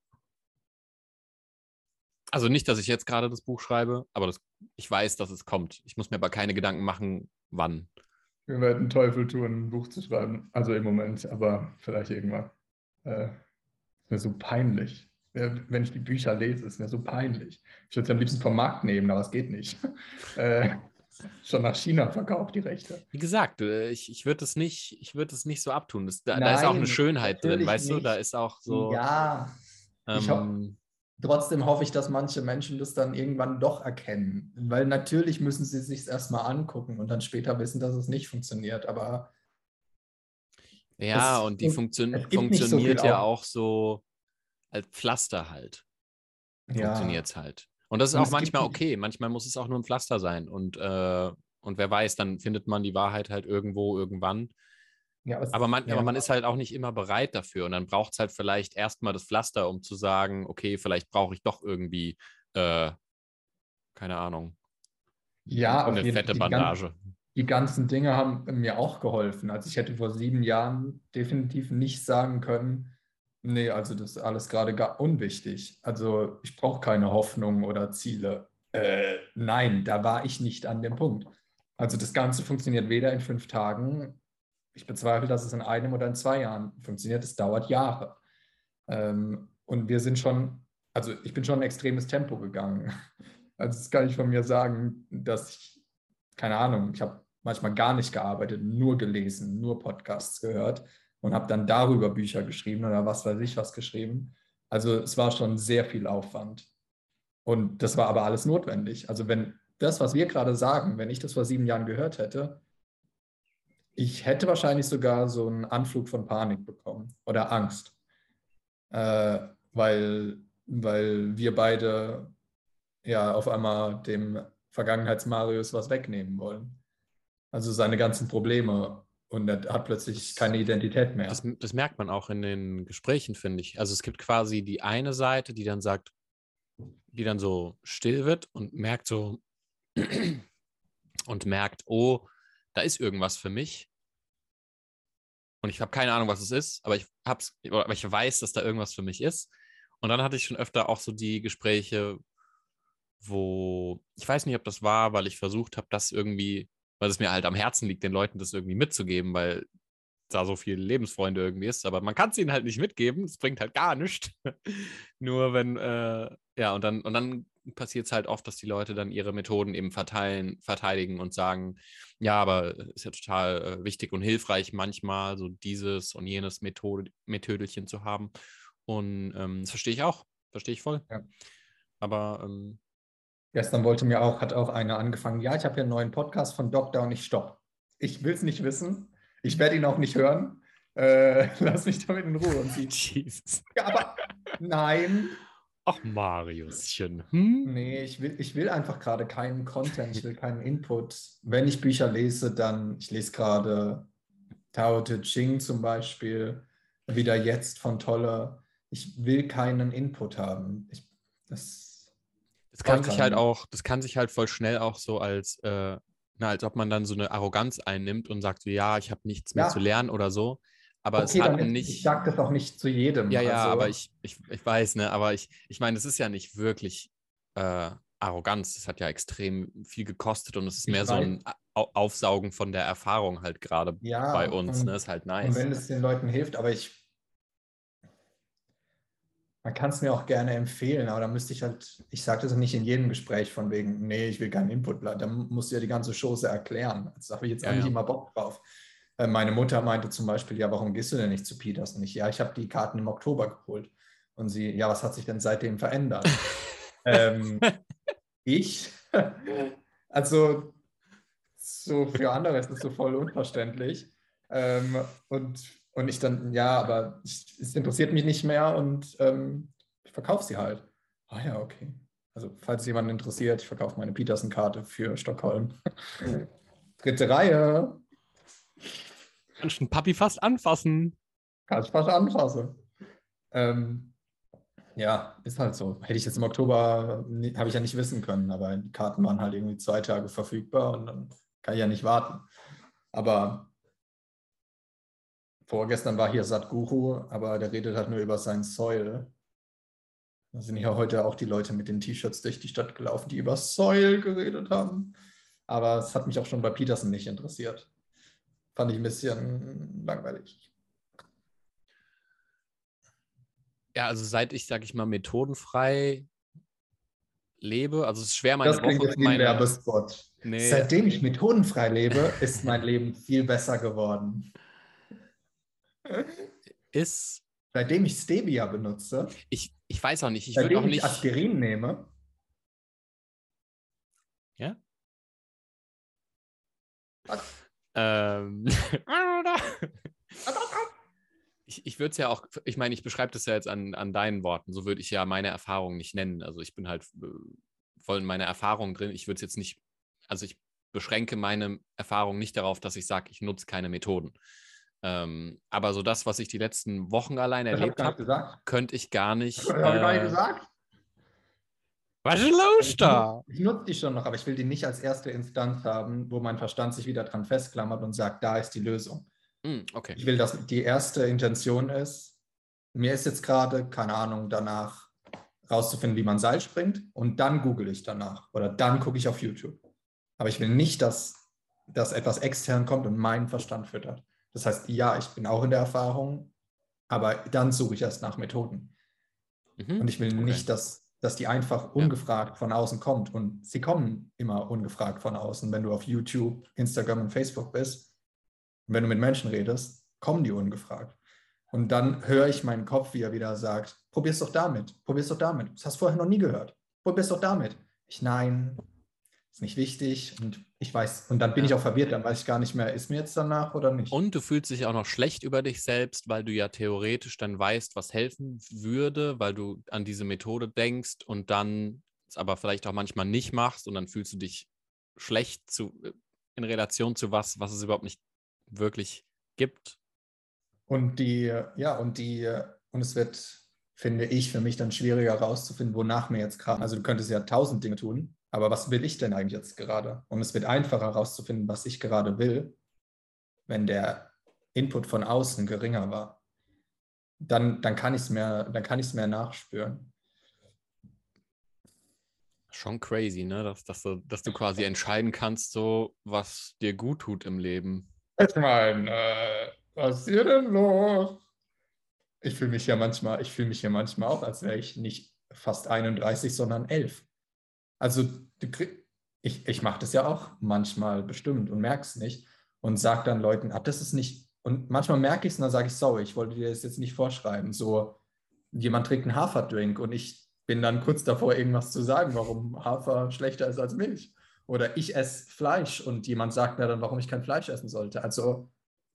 Also nicht, dass ich jetzt gerade das Buch schreibe, aber das, ich weiß, dass es kommt. Ich muss mir aber keine Gedanken machen, wann. Wir werden Teufel tun, ein Buch zu schreiben. Also im Moment, aber vielleicht irgendwann. Äh, ist mir so peinlich. Wenn ich die Bücher lese, ist mir so peinlich. Ich würde es am liebsten vom Markt nehmen, aber es geht nicht. Äh, schon nach China verkauft, die Rechte. Wie gesagt, äh, ich, ich würde es nicht, ich würde es nicht so abtun. Das, da, da ist auch eine Nein, Schönheit drin, natürlich weißt du? Da nicht. ist auch so, Ja, ich hoffe, ähm, trotzdem hoffe ich, dass manche Menschen das dann irgendwann doch erkennen. Weil natürlich müssen sie es sich erstmal angucken und dann später wissen, dass es nicht funktioniert. Aber ja, es, und die Funktion es gibt nicht so viel funktioniert ja auf. auch so als Pflaster halt. Funktioniert Ja. es halt. Und das ist Und auch es gibt manchmal nicht. okay. Manchmal muss es auch nur ein Pflaster sein. Und, äh, und wer weiß, dann findet man die Wahrheit halt irgendwo, irgendwann. Ja, Aber es, man, aber ja. man ist halt auch nicht immer bereit dafür. Und dann braucht es halt vielleicht erstmal das Pflaster, um zu sagen, okay, vielleicht brauche ich doch irgendwie, äh, keine Ahnung, Ja, auf eine jeden Fall. fette Die, gan- Bandage. die ganzen Dinge haben mir auch geholfen. Also ich hätte vor sieben Jahren definitiv nicht sagen können, Nee, also das ist alles gerade gar unwichtig. Also ich brauche keine Hoffnung oder Ziele. Äh, nein, da war ich nicht an dem Punkt. Also das Ganze funktioniert weder in fünf Tagen. Ich bezweifle, dass es in einem oder in zwei Jahren funktioniert. Es dauert Jahre. Ähm, und wir sind schon, also ich bin schon ein extremes Tempo gegangen. Also das kann ich von mir sagen, dass ich, keine Ahnung, ich habe manchmal gar nicht gearbeitet, nur gelesen, nur Podcasts gehört und habe dann darüber Bücher geschrieben oder was weiß ich was geschrieben. Also es war schon sehr viel Aufwand. Und das war aber alles notwendig. Also wenn das, was wir gerade sagen, wenn ich das vor sieben Jahren gehört hätte, ich hätte wahrscheinlich sogar so einen Anflug von Panik bekommen oder Angst, äh, weil, weil wir beide ja auf einmal dem Vergangenheits-Marius was wegnehmen wollen. Also seine ganzen Probleme und er hat plötzlich Das, keine Identität das, mehr. das merkt man auch in den Gesprächen, finde ich. Also es gibt quasi die eine Seite, die dann sagt, die dann so still wird und merkt so und merkt, oh, da ist irgendwas für mich. Und ich habe keine Ahnung, was es ist, aber ich hab's, aber ich weiß, dass da irgendwas für mich ist. Und dann hatte ich schon öfter auch so die Gespräche, wo ich weiß nicht, ob das war, weil ich versucht habe, das irgendwie, weil es mir halt am Herzen liegt, den Leuten das irgendwie mitzugeben, weil da so viele Lebensfreunde irgendwie ist, aber man kann es ihnen halt nicht mitgeben, es bringt halt gar nichts. Nur wenn, äh, ja, und dann, und dann passiert es halt oft, dass die Leute dann ihre Methoden eben verteilen, verteidigen und sagen, ja, aber ist ja total äh, wichtig und hilfreich manchmal, so dieses und jenes Methode, Methodelchen zu haben. Und ähm, das verstehe ich auch, verstehe ich voll. Ja. Aber ähm, Gestern wollte mir auch, hat auch einer angefangen, ja, ich habe hier einen neuen Podcast von Doktor und ich stopp. Ich will es nicht wissen. Ich werde ihn auch nicht hören. Äh, lass mich damit in Ruhe. Und sie, Jesus. ja, aber nein. Ach, Mariuschen. Hm? Nee, ich will, ich will einfach gerade keinen Content, ich will keinen Input. Wenn ich Bücher lese, dann, ich lese gerade Tao Te Ching zum Beispiel, wieder jetzt von Tolle. Ich will keinen Input haben. Ich, das Das brauche kann ich sich gerade halt nicht. auch, das kann sich halt voll schnell auch so als, äh, na, als ob man dann so eine Arroganz einnimmt und sagt so, ja, ich habe nichts mehr zu Ja, lernen oder so. Aber es okay, hat dann ist, ich nicht, sage das auch nicht zu jedem. ja, ja, aber Also, ich, ich, ich weiß, ne, aber ich, ich meine, es ist ja nicht wirklich äh, Arroganz. Das hat ja extrem viel gekostet und es ist mehr ich so weiß, ein Au- Aufsaugen von der Erfahrung halt gerade bei ja, uns, ne, und, ist halt und nice. wenn es den Leuten hilft, aber ich, man kann es mir auch gerne empfehlen, aber da müsste ich halt, ich sage das nicht in jedem Gespräch von wegen, nee, ich will keinen Input, da musst du ja die ganze Chose erklären. Das habe ich jetzt auch Ja, nicht ja. immer Bock drauf. Äh, Meine Mutter meinte zum Beispiel, ja, warum gehst du denn nicht zu Peters? Und ich, ja, ich habe die Karten im Oktober geholt. Und sie, ja, was hat sich denn seitdem verändert? Ähm, ich, also so für andere ist das so voll unverständlich. Ähm, und, und ich dann, ja, aber ich, es interessiert mich nicht mehr und ähm, ich verkaufe sie halt. Ah ja, okay. Also falls es jemanden interessiert, ich verkaufe meine Peterson-Karte für Stockholm. Dritte Reihe, Kannst den Papi fast anfassen. kann ich fast anfassen. Ähm, ja, ist halt so. Hätte ich jetzt im Oktober, habe ich ja nicht wissen können, aber die Karten waren halt irgendwie zwei Tage verfügbar und dann kann ich ja nicht warten. Aber vorgestern war hier Sadhguru, aber der redet halt nur über sein Soil. Da sind ja heute auch die Leute mit den T-Shirts durch die Stadt gelaufen, die über Soil geredet haben. Aber es hat mich auch schon bei Peterson nicht interessiert. Fand ich ein bisschen langweilig. Ja, also seit ich, sag ich mal, methodenfrei lebe, also es ist schwer, Das meine klingt Woche, jetzt wie ein meine, Werbespot. nee, Seitdem ich methodenfrei lebe, ist mein Leben viel besser geworden. ist, Seitdem ich Stevia benutze, ich, ich weiß auch nicht, ich würde auch seitdem ich nicht, Aspirin nehme, ja? Ähm, ich ich würde es ja auch, ich meine, ich beschreibe das ja jetzt an, an deinen Worten, so würde ich ja meine Erfahrung nicht nennen. Also ich bin halt äh, voll in meiner Erfahrung drin. Ich würde es jetzt nicht, also ich beschränke meine Erfahrung nicht darauf, dass ich sage, ich nutze keine Methoden. Ähm, aber so das, was ich die letzten Wochen allein das habe ich erlebt gar nicht habe, gesagt. könnte ich gar Das nicht. habe ich gar nicht Äh, gesagt. was ist Also los ich nutze, da? ich nutze die schon noch, aber ich will die nicht als erste Instanz haben, wo mein Verstand sich wieder dran festklammert und sagt, da ist die Lösung. Hm, okay. Ich will, dass die erste Intention ist, mir ist jetzt gerade, keine Ahnung, danach rauszufinden, wie man Seil springt und dann google ich danach oder dann gucke ich auf YouTube. Aber ich will nicht, dass, dass etwas extern kommt und meinen Verstand füttert. Das heißt, ja, ich bin auch in der Erfahrung, aber dann suche ich erst nach Methoden. Mhm. Und ich will Okay. nicht, dass, dass die einfach ungefragt von außen kommt. Und sie kommen immer ungefragt von außen. Wenn du auf YouTube, Instagram und Facebook bist und wenn du mit Menschen redest, kommen die ungefragt. Und dann höre ich meinen Kopf, wie er wieder sagt, probier's doch damit, probier's doch damit. Das hast du vorher noch nie gehört. Probier's doch damit. Ich, nein, ist nicht wichtig. Und ich weiß, und dann bin Ja. ich auch verwirrt, dann weiß ich gar nicht mehr, ist mir jetzt danach oder nicht. Und du fühlst dich auch noch schlecht über dich selbst, weil du ja theoretisch dann weißt, was helfen würde, weil du an diese Methode denkst und dann es aber vielleicht auch manchmal nicht machst und dann fühlst du dich schlecht zu, in Relation zu was, was es überhaupt nicht wirklich gibt. Und die, ja, und die, und es wird, finde ich, für mich dann schwieriger herauszufinden, wonach mir jetzt gerade, also du könntest ja tausend Dinge tun, aber was will ich denn eigentlich jetzt gerade? Und es wird einfacher herauszufinden, was ich gerade will, wenn der Input von außen geringer war. Dann, dann kann ich es mehr, dann kann ich es mehr nachspüren. Schon crazy, ne? Dass, dass, du, dass du quasi entscheiden kannst, so was dir gut tut im Leben. Ich meine, äh, was ist hier denn los? Ich fühle mich ja manchmal, ich fühle mich ja manchmal auch, als wäre ich nicht fast einunddreißig, sondern elf. Also du krieg, ich, ich mache das ja auch manchmal bestimmt und merke es nicht und sage dann Leuten, ah, das ist nicht, und manchmal merke ich es und dann sage ich, sorry, ich wollte dir das jetzt nicht vorschreiben. So, jemand trinkt einen Haferdrink und ich bin dann kurz davor, irgendwas zu sagen, warum Hafer schlechter ist als Milch. Oder ich esse Fleisch und jemand sagt mir dann, warum ich kein Fleisch essen sollte. Also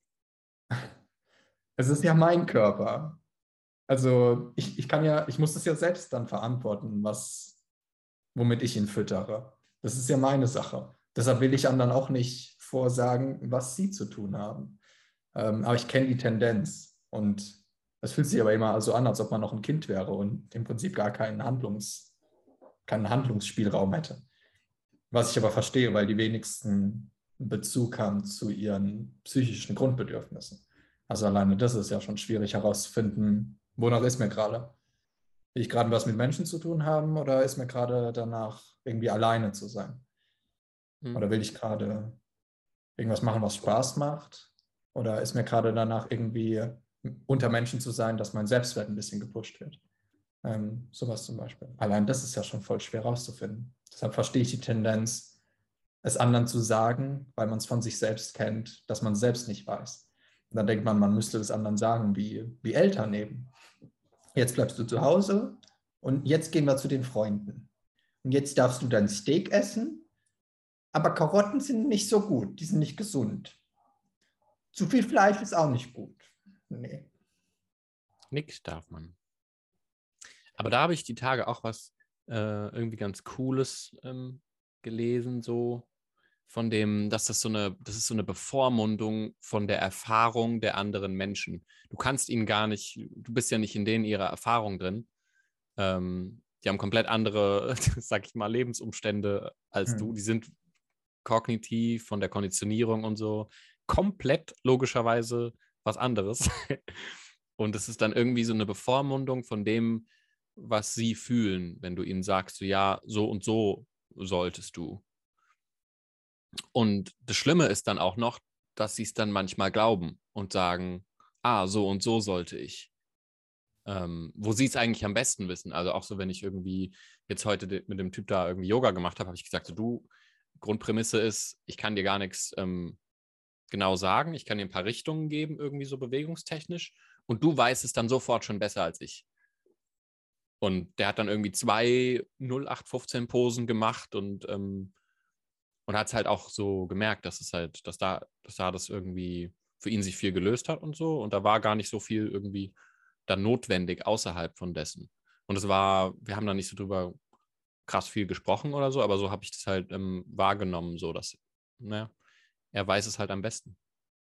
es ist ja mein Körper. Also ich, ich kann ja, ich muss das ja selbst dann verantworten, was, womit ich ihn füttere. Das ist ja meine Sache. Deshalb will ich anderen auch nicht vorsagen, was sie zu tun haben. Ähm, aber ich kenne die Tendenz und es fühlt sich aber immer so an, als ob man noch ein Kind wäre und im Prinzip gar keinen, Handlungs, keinen Handlungsspielraum hätte. Was ich aber verstehe, weil die wenigsten Bezug haben zu ihren psychischen Grundbedürfnissen. Also alleine das ist ja schon schwierig herauszufinden, wonach ist mir gerade. Will ich gerade was mit Menschen zu tun haben oder ist mir gerade danach irgendwie alleine zu sein? Hm. Oder will ich gerade irgendwas machen, was Spaß macht? Oder ist mir gerade danach irgendwie unter Menschen zu sein, dass mein Selbstwert ein bisschen gepusht wird? Ähm, sowas zum Beispiel. Allein das ist ja schon voll schwer rauszufinden. Deshalb verstehe ich die Tendenz, es anderen zu sagen, weil man es von sich selbst kennt, dass man es selbst nicht weiß. Und dann denkt man, man müsste es anderen sagen, wie, wie Eltern eben. Jetzt bleibst du zu Hause und jetzt gehen wir zu den Freunden. Und jetzt darfst du dein Steak essen, aber Karotten sind nicht so gut, die sind nicht gesund. Zu viel Fleisch ist auch nicht gut. Nee. Nix darf man. Aber da habe ich die Tage auch was äh, irgendwie ganz Cooles ähm, gelesen, so von dem, dass das so eine, das ist so eine Bevormundung von der Erfahrung der anderen Menschen. Du kannst ihnen gar nicht, du bist ja nicht in denen ihrer Erfahrung drin. Ähm, die haben komplett andere, sag ich mal, Lebensumstände als du. Hm. Die sind kognitiv von der Konditionierung und so komplett logischerweise was anderes. Und es ist dann irgendwie so eine Bevormundung von dem, was sie fühlen, wenn du ihnen sagst, so, ja, so und so solltest du. Und das Schlimme ist dann auch noch, dass sie es dann manchmal glauben und sagen, ah, so und so sollte ich. Ähm, wo sie es eigentlich am besten wissen. Also auch so, wenn ich irgendwie jetzt heute mit dem Typ da irgendwie Yoga gemacht habe, habe ich gesagt, so, du, Grundprämisse ist, ich kann dir gar nichts ähm, genau sagen, ich kann dir ein paar Richtungen geben, irgendwie so bewegungstechnisch und du weißt es dann sofort schon besser als ich. Und der hat dann irgendwie zwei null acht fünfzehn Posen gemacht und, ähm, und hat es halt auch so gemerkt, dass es halt, dass da, dass da das irgendwie für ihn sich viel gelöst hat und so. Und da war gar nicht so viel irgendwie dann notwendig außerhalb von dessen. Und es war, wir haben da nicht so drüber krass viel gesprochen oder so, aber so habe ich das halt ähm, wahrgenommen, so dass, naja, er weiß es halt am besten.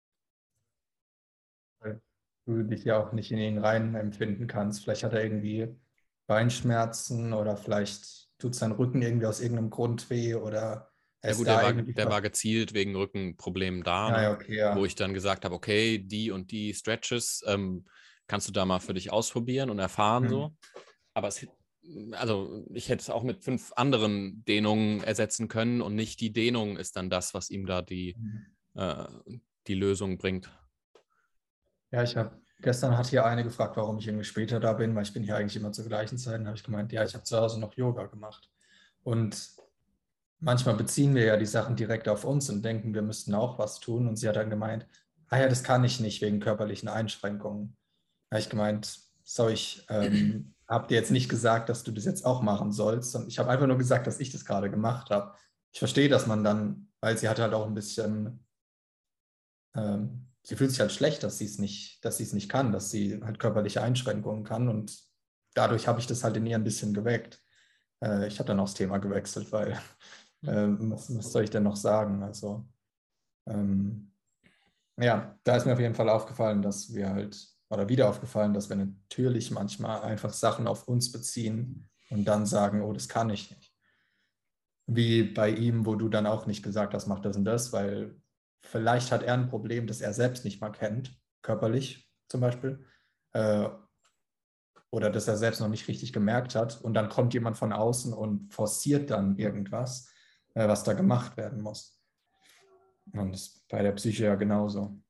Weil du dich ja auch nicht in ihn rein empfinden kannst. Vielleicht hat er irgendwie Beinschmerzen oder vielleicht tut sein Rücken irgendwie aus irgendeinem Grund weh oder er Ja ist gut, der da war, irgendwie. der war gezielt wegen Rückenproblemen da, Ja, ja, ne? okay, Wo ja. ich dann gesagt habe, okay, die und die Stretches, ähm, kannst du da mal für dich ausprobieren und erfahren Mhm. so. Aber es, also ich hätte es auch mit fünf anderen Dehnungen ersetzen können und nicht die Dehnung ist dann das, was ihm da die, äh, die Lösung bringt. Ja, ich habe gestern hat hier eine gefragt, warum ich irgendwie später da bin, weil ich bin hier eigentlich immer zur gleichen Zeit. Dann habe ich gemeint, ja, ich habe zu Hause noch Yoga gemacht. Und manchmal beziehen wir ja die Sachen direkt auf uns und denken, wir müssten auch was tun. Und sie hat dann gemeint, ah ja, das kann ich nicht wegen körperlichen Einschränkungen. Da habe ich gemeint, sorry, ich ähm, habe dir jetzt nicht gesagt, dass du das jetzt auch machen sollst. Und ich habe einfach nur gesagt, dass ich das gerade gemacht habe. Ich verstehe, dass man dann, weil sie hat halt auch ein bisschen, ähm, sie fühlt sich halt schlecht, dass sie es nicht, dass sie es nicht kann, dass sie halt körperliche Einschränkungen kann. Und dadurch habe ich das halt in ihr ein bisschen geweckt. Äh, ich habe dann auch das Thema gewechselt, weil ähm, was, was soll ich denn noch sagen? Also ähm, ja, da ist mir auf jeden Fall aufgefallen, dass wir halt, oder wieder aufgefallen, dass wir natürlich manchmal einfach Sachen auf uns beziehen und dann sagen, oh, das kann ich nicht. Wie bei ihm, wo du dann auch nicht gesagt hast, mach das und das, weil vielleicht hat er ein Problem, das er selbst nicht mal kennt, körperlich zum Beispiel, äh, oder das er selbst noch nicht richtig gemerkt hat. Und dann kommt jemand von außen und forciert dann irgendwas, äh, was da gemacht werden muss. Und das ist bei der Psyche ja genauso.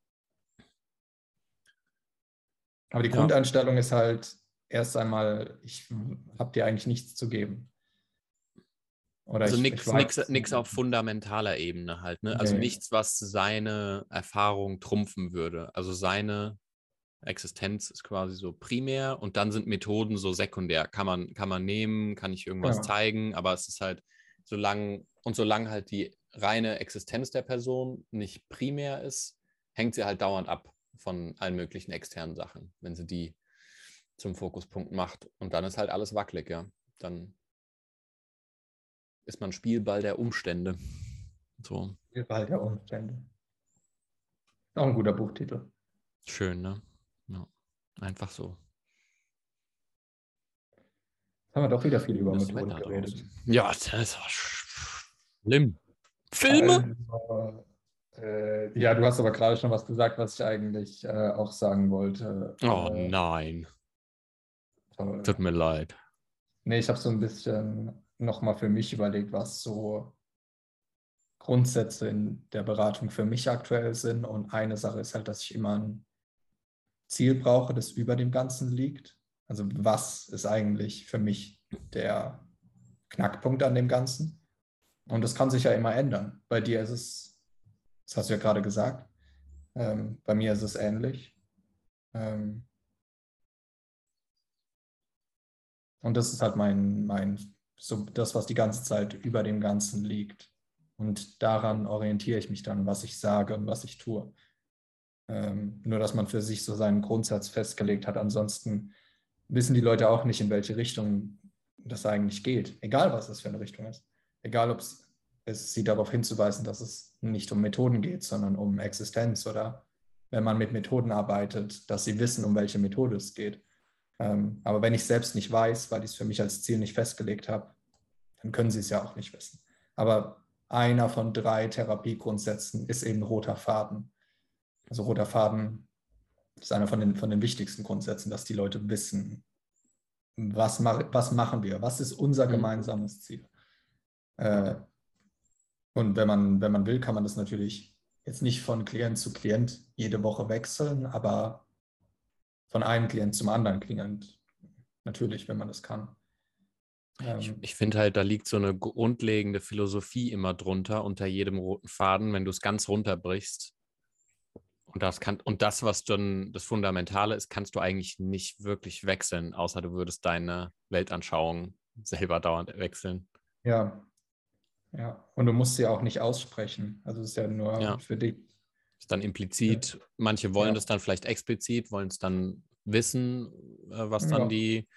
Aber die Ja. Grundeinstellung ist halt erst einmal, ich habe dir eigentlich nichts zu geben. Oder Also ich, ich nichts weiß nix, es nix nicht. auf fundamentaler Ebene halt, ne? Also Nee, nichts, was seine Erfahrung trumpfen würde. Also seine Existenz ist quasi so primär und dann sind Methoden so sekundär. Kann man, kann man nehmen, kann ich irgendwas genau. zeigen, aber es ist halt, solange, und solange halt die reine Existenz der Person nicht primär ist, hängt sie halt dauernd ab von allen möglichen externen Sachen, wenn sie die zum Fokuspunkt macht. Und dann ist halt alles wackelig, ja. Dann ist man Spielball der Umstände. So, Gewalt der Umstände. Auch ein guter Buchtitel. schön, ne? Ja. Einfach so. Jetzt haben wir doch wieder viel über Das Methoden Wetter geredet. draußen. Ja, das war schlimm. Filme? Also, äh, ja, du hast aber gerade schon was gesagt, was ich eigentlich äh, auch sagen wollte. Oh Äh, nein. toll. Tut mir leid. Nee, ich habe so ein bisschen nochmal für mich überlegt, was so Grundsätze in der Beratung für mich aktuell sind. Und eine Sache ist halt, dass ich immer ein Ziel brauche, das über dem Ganzen liegt. Also was ist eigentlich für mich der Knackpunkt an dem Ganzen? Und das kann sich ja immer ändern. Bei dir ist es, das hast du ja gerade gesagt, ähm, bei mir ist es ähnlich. Ähm, und das ist halt mein, mein, so das, was die ganze Zeit über dem Ganzen liegt. Und daran orientiere ich mich dann, was ich sage und was ich tue. Ähm, nur, dass man für sich so seinen Grundsatz festgelegt hat. Ansonsten wissen die Leute auch nicht, in welche Richtung das eigentlich geht. Egal, was es für eine Richtung ist. Egal, ob es, es sie darauf hinzuweisen, dass es nicht um Methoden geht, sondern um Existenz oder wenn man mit Methoden arbeitet, dass sie wissen, um welche Methode es geht. Ähm, aber wenn ich selbst nicht weiß, weil ich es für mich als Ziel nicht festgelegt habe, dann können sie es ja auch nicht wissen. Aber einer von drei Therapiegrundsätzen ist eben roter Faden. Also roter Faden ist einer von den, von den wichtigsten Grundsätzen, dass die Leute wissen, was, was machen wir, was ist unser gemeinsames Ziel. Äh, und wenn man, wenn man will, kann man das natürlich jetzt nicht von Klient zu Klient jede Woche wechseln, aber von einem Klient zum anderen Klient natürlich, wenn man das kann. Ich, Ähm, ich finde halt, da liegt so eine grundlegende Philosophie immer drunter, unter jedem roten Faden, wenn du es ganz runterbrichst. Und das, kann, und das, was dann das Fundamentale ist, kannst du eigentlich nicht wirklich wechseln, außer du würdest deine Weltanschauung selber dauernd wechseln. ja, ja. Und du musst sie auch nicht aussprechen. Also es ist ja nur Ja, für dich. ist dann implizit. Manche wollen Ja, das dann vielleicht explizit, wollen es dann wissen, äh, was dann ja. die.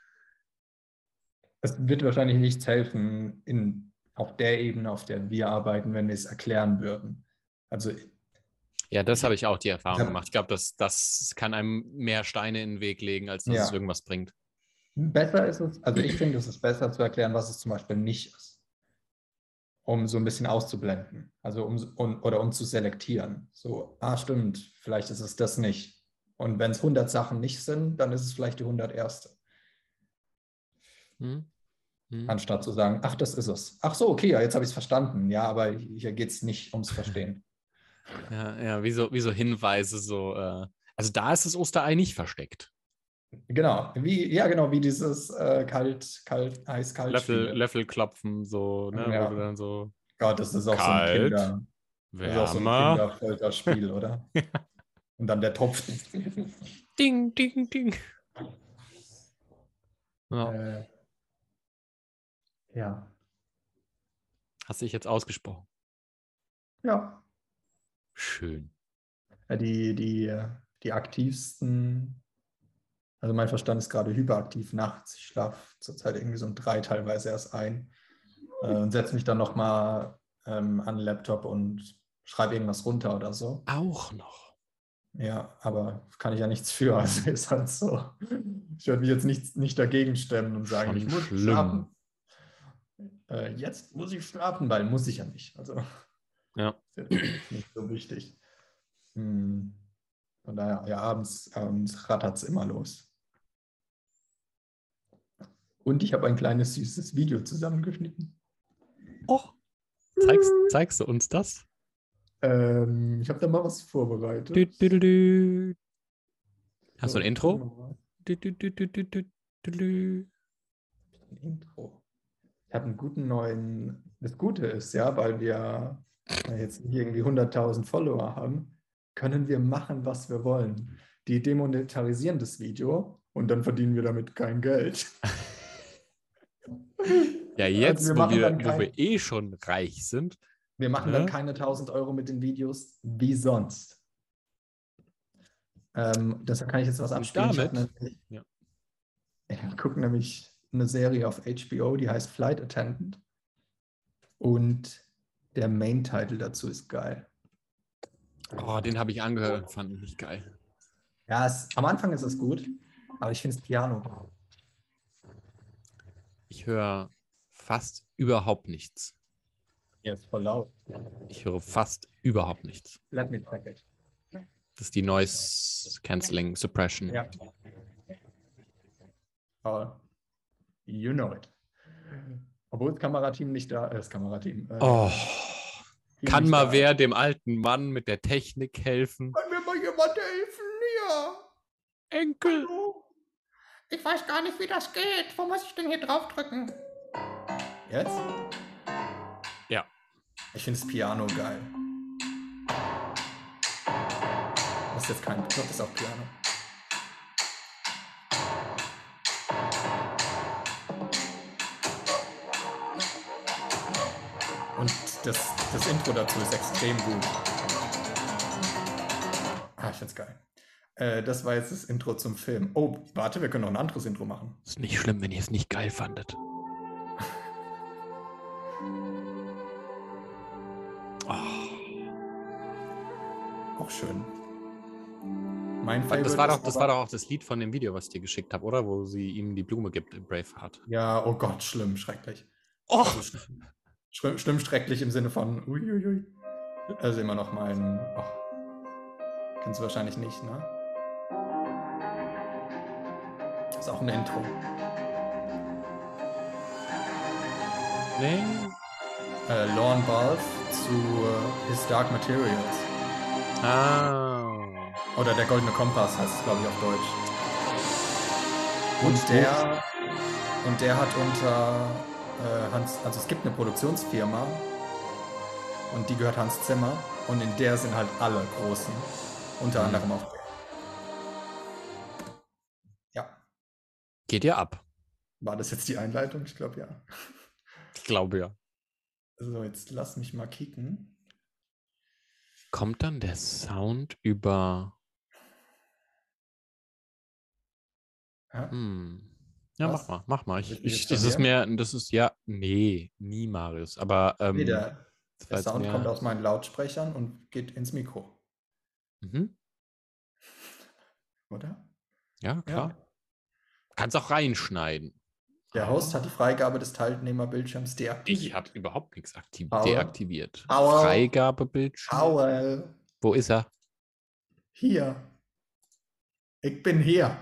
Es wird wahrscheinlich nichts helfen in, auf der Ebene, auf der wir arbeiten, wenn wir es erklären würden. Also Ja, das ich, habe ich auch die ich Erfahrung habe, gemacht. Ich glaube, das, das kann einem mehr Steine in den Weg legen, als dass es ja, irgendwas bringt. besser ist es, also ich finde, es ist besser zu erklären, was es zum Beispiel nicht ist, um so ein bisschen auszublenden, also um, um oder um zu selektieren. So, ah, stimmt, vielleicht ist es das nicht. Und wenn es hundert Sachen nicht sind, dann ist es vielleicht die hunderterste. Hm? Hm? Anstatt zu sagen, ach, das ist es. Ach so, okay, ja, jetzt habe ich es verstanden. Ja, aber hier geht es nicht ums Verstehen. Ja, ja, wie so, wie so Hinweise, so, äh, also da ist das Osterei nicht versteckt. Genau, wie, ja, genau, wie dieses äh, kalt, kalt, eiskalt Löffel, Spiel. Löffel klopfen, so, ne, wo du Ja, dann so Gott, das ist auch so ein kalt, Kinder, das ist auch so ein wärmer. Kinderfolterspiel, oder? Und dann der Topf. Ding, ding, ding. Ja. äh, ja. Hast dich jetzt ausgesprochen. Ja. Schön. Ja, die, die, die aktivsten, also mein Verstand ist gerade hyperaktiv nachts. Ich schlafe zurzeit irgendwie so um drei teilweise erst ein äh, und setze mich dann nochmal ähm, an den Laptop und schreibe irgendwas runter oder so. Auch noch. Ja, aber kann ich ja nichts für. Also ist halt so. Ich werde mich jetzt nicht, nicht dagegen stemmen und sagen, Schon ich muss schlimm. schlafen. Äh, jetzt muss ich schlafen, weil muss ich ja nicht. Also Ja. ist jetzt nicht so wichtig. Hm. Von daher, ja, abends, abends rattert es immer los. Und ich habe ein kleines süßes Video zusammengeschnitten. Oh, zeigst, zeigst du uns das? Ähm, ich habe da mal was Du, vorbereitet. du, du, du. Hast du ein So, Intro? Du, du, du, du, du, du, du. ein Intro. Ich habe einen guten neuen. Das Gute ist ja, weil wir jetzt nicht irgendwie hunderttausend Follower haben, können wir machen, was wir wollen. Die demonetarisieren das Video und dann verdienen wir damit kein Geld. Ja, Also jetzt, wir wo machen wir, dann wo kein, wir eh schon reich sind, wir machen dann ne? keine tausend Euro mit den Videos wie sonst. Ähm, deshalb kann ich jetzt was Und abspielen. Ich habe damit, nämlich, ja. ich gucke nämlich eine Serie auf H B O, die heißt Flight Attendant. Und der Main-Title dazu ist geil. Oh, den habe ich angehört und fand ihn nicht geil. Ja, es, am Anfang ist es gut, aber ich finde das Piano. Ich höre fast überhaupt nichts. Ja, ist voll laut. Ich höre fast überhaupt nichts. Let me check it. Das ist die Noise Cancelling Suppression. Ja. Oh, you know it. Obwohl das Kamerateam nicht da ist. Das Kamerateam. Äh, Oh, Team kann nicht mal da wer ist. dem alten Mann mit der Technik helfen? Kann mir mal jemand helfen? Ja. Enkel. Hallo? Ich weiß gar nicht, wie das geht. Wo muss ich denn hier draufdrücken? Jetzt? Ja. Ich finde das Piano geil. Das ist jetzt kein. Ich glaube, das ist auch Piano. Und das, das Intro dazu ist extrem gut. Ah, ich find's geil. Äh, das war jetzt das Intro zum Film. Oh, warte, wir können noch ein anderes Intro machen. Ist nicht schlimm, wenn ihr es nicht geil fandet. Oh. Auch schön. Mein Favorite Das war, doch, ist das aber, war doch auch das Lied von dem Video, was ich dir geschickt habe, oder? Wo sie ihm die Blume gibt in Braveheart. Ja, oh Gott, schlimm, schrecklich. Oh. Also schlimm, schlimm, schlimm, schrecklich im Sinne von uiuiui. Also immer noch mein. Oh. Kennst du wahrscheinlich nicht, ne? Ist auch ein Intro. Nee. Äh, Lorne Balfe zu äh, His Dark Materials. Ah. Oder der Goldene Kompass heißt es, glaube ich, auf Deutsch. Gut, Und der, und der hat unter äh, Hans, also es gibt eine Produktionsfirma und die gehört Hans Zimmer und in der sind halt alle Großen, unter Mhm. anderem auch. Ja. Geht ja ab. War das jetzt die Einleitung? Ich glaube ja. Ich glaube ja. So, jetzt lass mich mal kicken. Kommt dann der Sound über. Ja, Hm. Ja, Was? mach mal, mach mal. Ich, Wichtig ich, jetzt von das ist dir? mehr, das ist ja, nee, nie, Marius. Aber ähm, Nee, der, das der war jetzt Sound kommt mehr. aus meinen Lautsprechern und geht ins Mikro. Mhm. Oder? Ja, klar. Ja. Kannst auch reinschneiden. Der Aber Host hat die Freigabe des Teilnehmerbildschirms deaktiviert. ich habe überhaupt nichts aktiv Paul? deaktiviert. Paul? Freigabebildschirm. Paul. Wo ist er? Hier. Ich bin hier.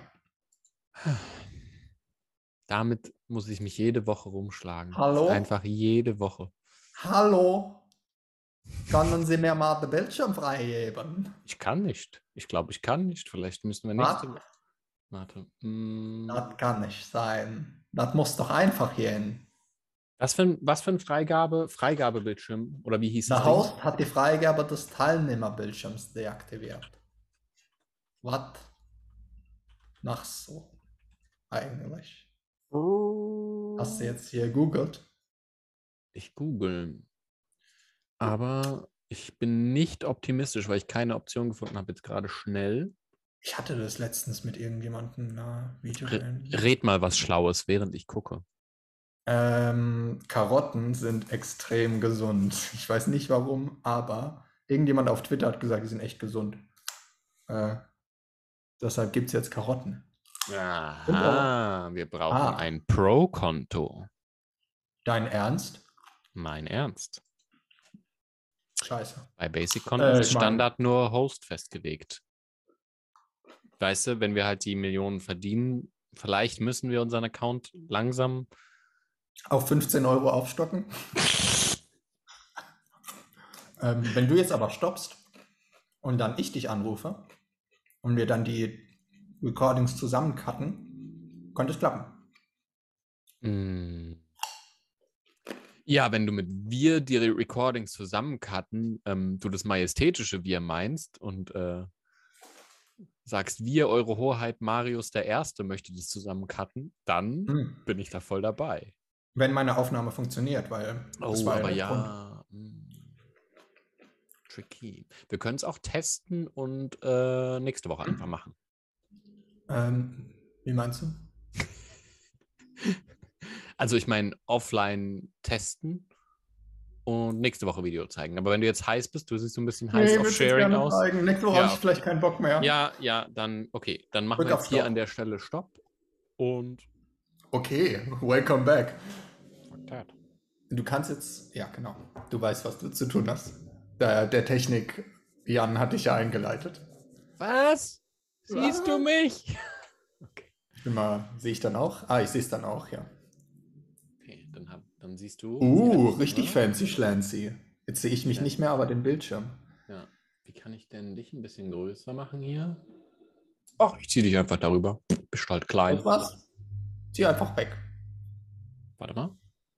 Damit muss ich mich jede Woche rumschlagen. Hallo? Einfach jede Woche. Hallo? Können Sie mir mal den Bildschirm freigeben? Ich kann nicht. Ich glaube, ich kann nicht. Vielleicht müssen wir Was? nächste Woche. Warte. Mm, Das kann nicht sein. Das muss doch einfach hier hin. Was für ein, was für ein Freigabe? Freigabebildschirm? Oder wie hieß Der das Ding? Host hat die Freigabe des Teilnehmerbildschirms deaktiviert. Was machst du eigentlich? Hast du jetzt hier googelt? Ich google. Aber ich bin nicht optimistisch, weil ich keine Option gefunden habe, jetzt gerade schnell. Ich hatte das letztens mit irgendjemandem na Video. Re red mal was Schlaues, während ich gucke. Ähm, Karotten sind extrem gesund. Ich weiß nicht warum, aber irgendjemand auf Twitter hat gesagt, die sind echt gesund. Äh, deshalb gibt es jetzt Karotten. Aha, wir brauchen Ah. ein Pro-Konto. Dein Ernst? Mein Ernst. Scheiße. Bei Basic-Konten Äh, ist ich mein- Standard nur Host festgelegt. Weißt du, wenn wir halt die Millionen verdienen, vielleicht müssen wir unseren Account langsam Auf fünfzehn Euro aufstocken. ähm, wenn du jetzt aber stoppst und dann ich dich anrufe und wir dann die Recordings zusammencutten, könnte es klappen. Mm. Ja, wenn du mit wir die Recordings zusammencutten, ähm, du das majestätische Wir meinst und äh, sagst, wir, Eure Hoheit, Marius der Erste möchte das zusammencutten, dann Hm. bin ich da voll dabei. Wenn meine Aufnahme funktioniert, weil das Oh, war aber der Grund. ja. mm, Tricky. Wir können es auch testen und äh, nächste Woche einfach machen. Ähm, wie meinst du? Also ich meine, offline testen und nächste Woche Video zeigen. Aber wenn du jetzt heiß bist, du siehst so ein bisschen heiß auf willst du Sharing gerne aus. zeigen. Nächste Woche Ja, habe ich vielleicht keinen Bock mehr. Ja, ja, dann, okay, dann machen Drück wir auf jetzt hier Stopp. an der Stelle Stopp und Okay, welcome back. fuck that. Du kannst jetzt, ja genau, du weißt, was du zu tun hast. Der, der Technik Jan hat dich ja eingeleitet. Was? Siehst du Was? mich? Okay, Ich bin mal, sehe ich dann auch? Ah, ich sehe es dann auch, ja. okay dann, hab, dann siehst du. Uh, jetzt, richtig ne? fancy schlancy. Jetzt sehe ich mich nicht mehr, aber den Bildschirm. Ja. Wie kann ich denn dich ein bisschen größer machen hier? Ach, ich ziehe dich einfach darüber. Bist halt klein. Und was? Zieh einfach weg. Warte mal.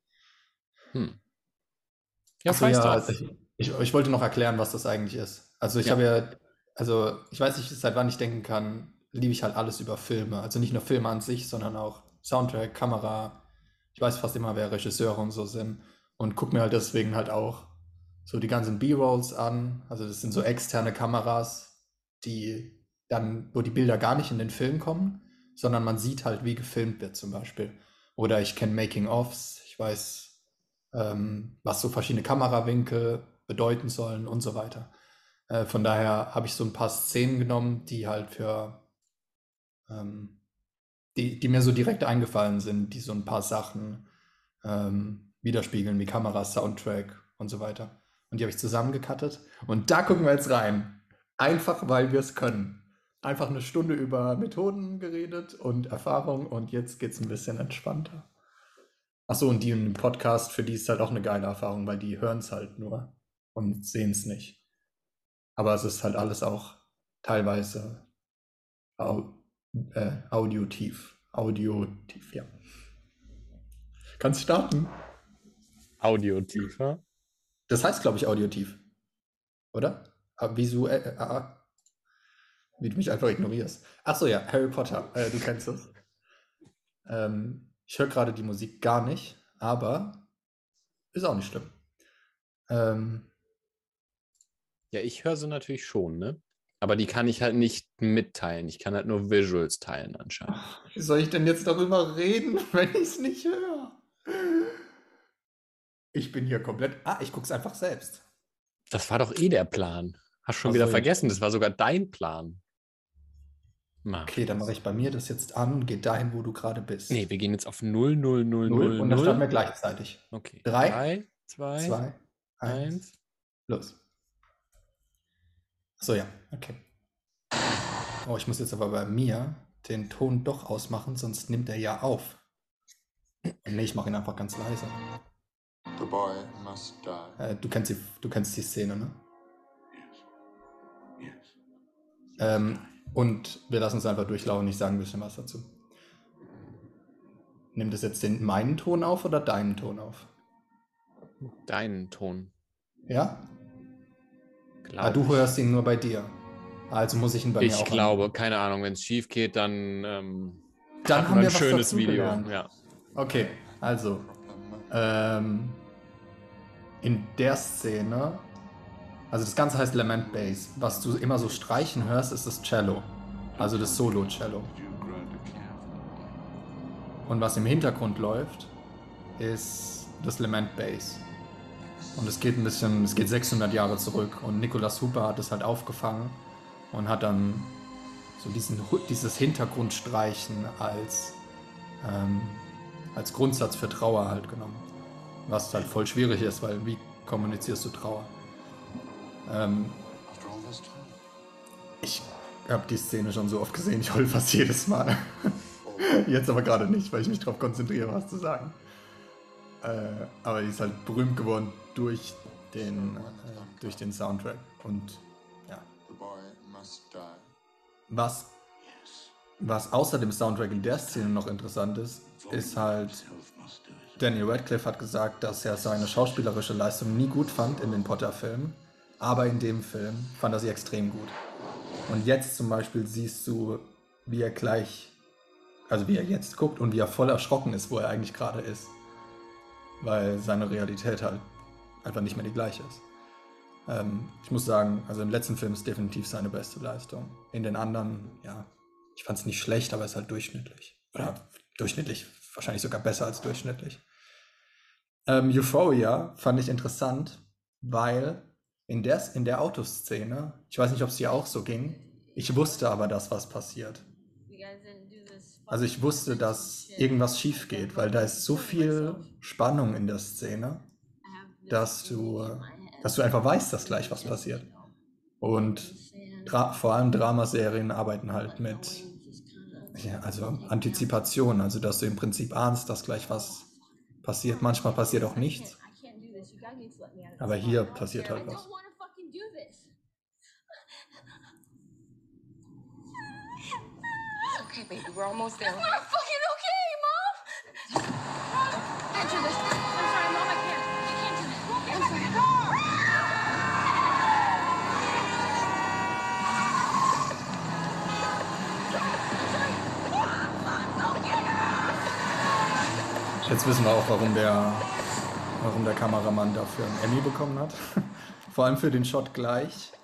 Hm. Ja, Achso, scheiß ja, drauf. ich, ich, ich wollte noch erklären, was das eigentlich ist. Also ich Ja. habe ja, also ich weiß nicht, seit wann ich denken kann, liebe ich halt alles über Filme. Also nicht nur Filme an sich, sondern auch Soundtrack, Kamera. Ich weiß fast immer, wer Regisseure und so sind. Und gucke mir halt deswegen halt auch so die ganzen B-Rolls an. Also das sind so externe Kameras, die dann, wo die Bilder gar nicht in den Film kommen, sondern man sieht halt, wie gefilmt wird zum Beispiel. Oder ich kenne Making-ofs, ich weiß, ähm, was so verschiedene Kamerawinkel bedeuten sollen und so weiter. Äh, von daher habe ich so ein paar Szenen genommen, die halt für, ähm, die, die mir so direkt eingefallen sind, die so ein paar Sachen ähm, widerspiegeln, wie Kamera, Soundtrack und so weiter. Und die habe ich zusammengecuttet. Und da gucken wir jetzt rein. Einfach, weil wir es können. Einfach eine Stunde über Methoden geredet und Erfahrung und jetzt geht es ein bisschen entspannter. Achso, und die im Podcast, für die ist halt auch eine geile Erfahrung, weil die hören es halt nur und sehen es nicht. Aber es ist halt alles auch teilweise au äh, audiotief. Audiotief, ja. Kannst starten. Audio tiefer. Das heißt, glaube ich, audiotief. Oder? Aber visuell, äh, äh, wie du mich einfach ignorierst. Achso, ja, Harry Potter, äh, du kennst es. Ähm, ich höre gerade die Musik gar nicht, aber ist auch nicht schlimm. Ähm, Ja, ich höre sie natürlich schon, ne? Aber die kann ich halt nicht mitteilen. Ich kann halt nur Visuals teilen anscheinend. Wie soll ich denn jetzt darüber reden, wenn ich es nicht höre? Ich bin hier komplett. Ah, ich gucke es einfach selbst. Das war doch eh der Plan. Hast schon Ach wieder so, ja. vergessen, das war sogar dein Plan. Mann. Okay, dann mache ich bei mir das jetzt an und gehe dahin, wo du gerade bist. Nee, wir gehen jetzt auf null, null, null, Null null, und dann starten wir null. gleichzeitig. Okay. Drei, Drei, zwei, Zwei, eins, eins. los. So, ja, okay. Oh, ich muss jetzt aber bei mir den Ton doch ausmachen, sonst nimmt er ja auf. Und nee, ich mache ihn einfach ganz leise. The boy must die. Äh, du, kennst die, du kennst die Szene, ne? Yes. Ähm, und wir lassen es einfach durchlaufen, ich sage ein bisschen was dazu. Nimmt es jetzt den meinen Ton auf oder deinen Ton auf? Deinen Ton. Ja? Glaub Ah, du ich. hörst ihn nur bei dir. Also muss ich ihn bei mir auch Ich glaube, anmachen. keine Ahnung, wenn es schief geht, dann, ähm, Dann hat haben man wir ein was schönes Video. dazugelernt. Ja. Okay, also ähm, in der Szene, also das Ganze heißt Lament Bass. Was du immer so streichen hörst, ist das Cello, also das Solo-Cello. Und was im Hintergrund läuft, ist das Lament Bass. Und es geht ein bisschen, es geht sechshundert Jahre zurück. Und Nicholas Hooper hat es halt aufgefangen und hat dann so diesen, dieses Hintergrundstreichen als, ähm, als Grundsatz für Trauer halt genommen. Was halt voll schwierig ist, weil wie kommunizierst du Trauer? Ähm, ich habe die Szene schon so oft gesehen, ich heul fast jedes Mal. Jetzt aber gerade nicht, weil ich mich darauf konzentriere, was zu sagen. Äh, aber die ist halt berühmt geworden durch den, äh, durch den Soundtrack. Und ja. Was, was außer dem Soundtrack in der Szene noch interessant ist, ist halt, Daniel Radcliffe hat gesagt, dass er seine schauspielerische Leistung nie gut fand in den Potter-Filmen, aber in dem Film fand er sie extrem gut. Und jetzt zum Beispiel siehst du, wie er gleich, also wie er jetzt guckt und wie er voll erschrocken ist, wo er eigentlich gerade ist. Weil seine Realität halt einfach nicht mehr die gleiche ist. Ähm, ich muss sagen, also im letzten Film ist definitiv seine beste Leistung. In den anderen, ja, ich fand es nicht schlecht, aber es ist halt durchschnittlich. Oder durchschnittlich, wahrscheinlich sogar besser als durchschnittlich. Ähm, Euphoria fand ich interessant, weil in der, in der Autoszene, ich weiß nicht, ob es dir auch so ging, ich wusste aber, dass was passiert. Also ich wusste, dass irgendwas schief geht, weil da ist so viel Spannung in der Szene, dass du, dass du einfach weißt, dass gleich was passiert. Und Dra- vor allem Dramaserien arbeiten halt mit, ja, also Antizipation, also dass du im Prinzip ahnst, dass gleich was passiert. Manchmal passiert auch nichts, aber hier passiert halt was. Okay, baby, we're almost there. It's not fucking okay, Mom! I can't do this. I'm sorry, Mom, I can't. I can't do this. I'm sorry. Jetzt wissen wir auch, warum der, warum der Kameramann dafür einen Emmy bekommen hat. Vor allem für den Shot gleich.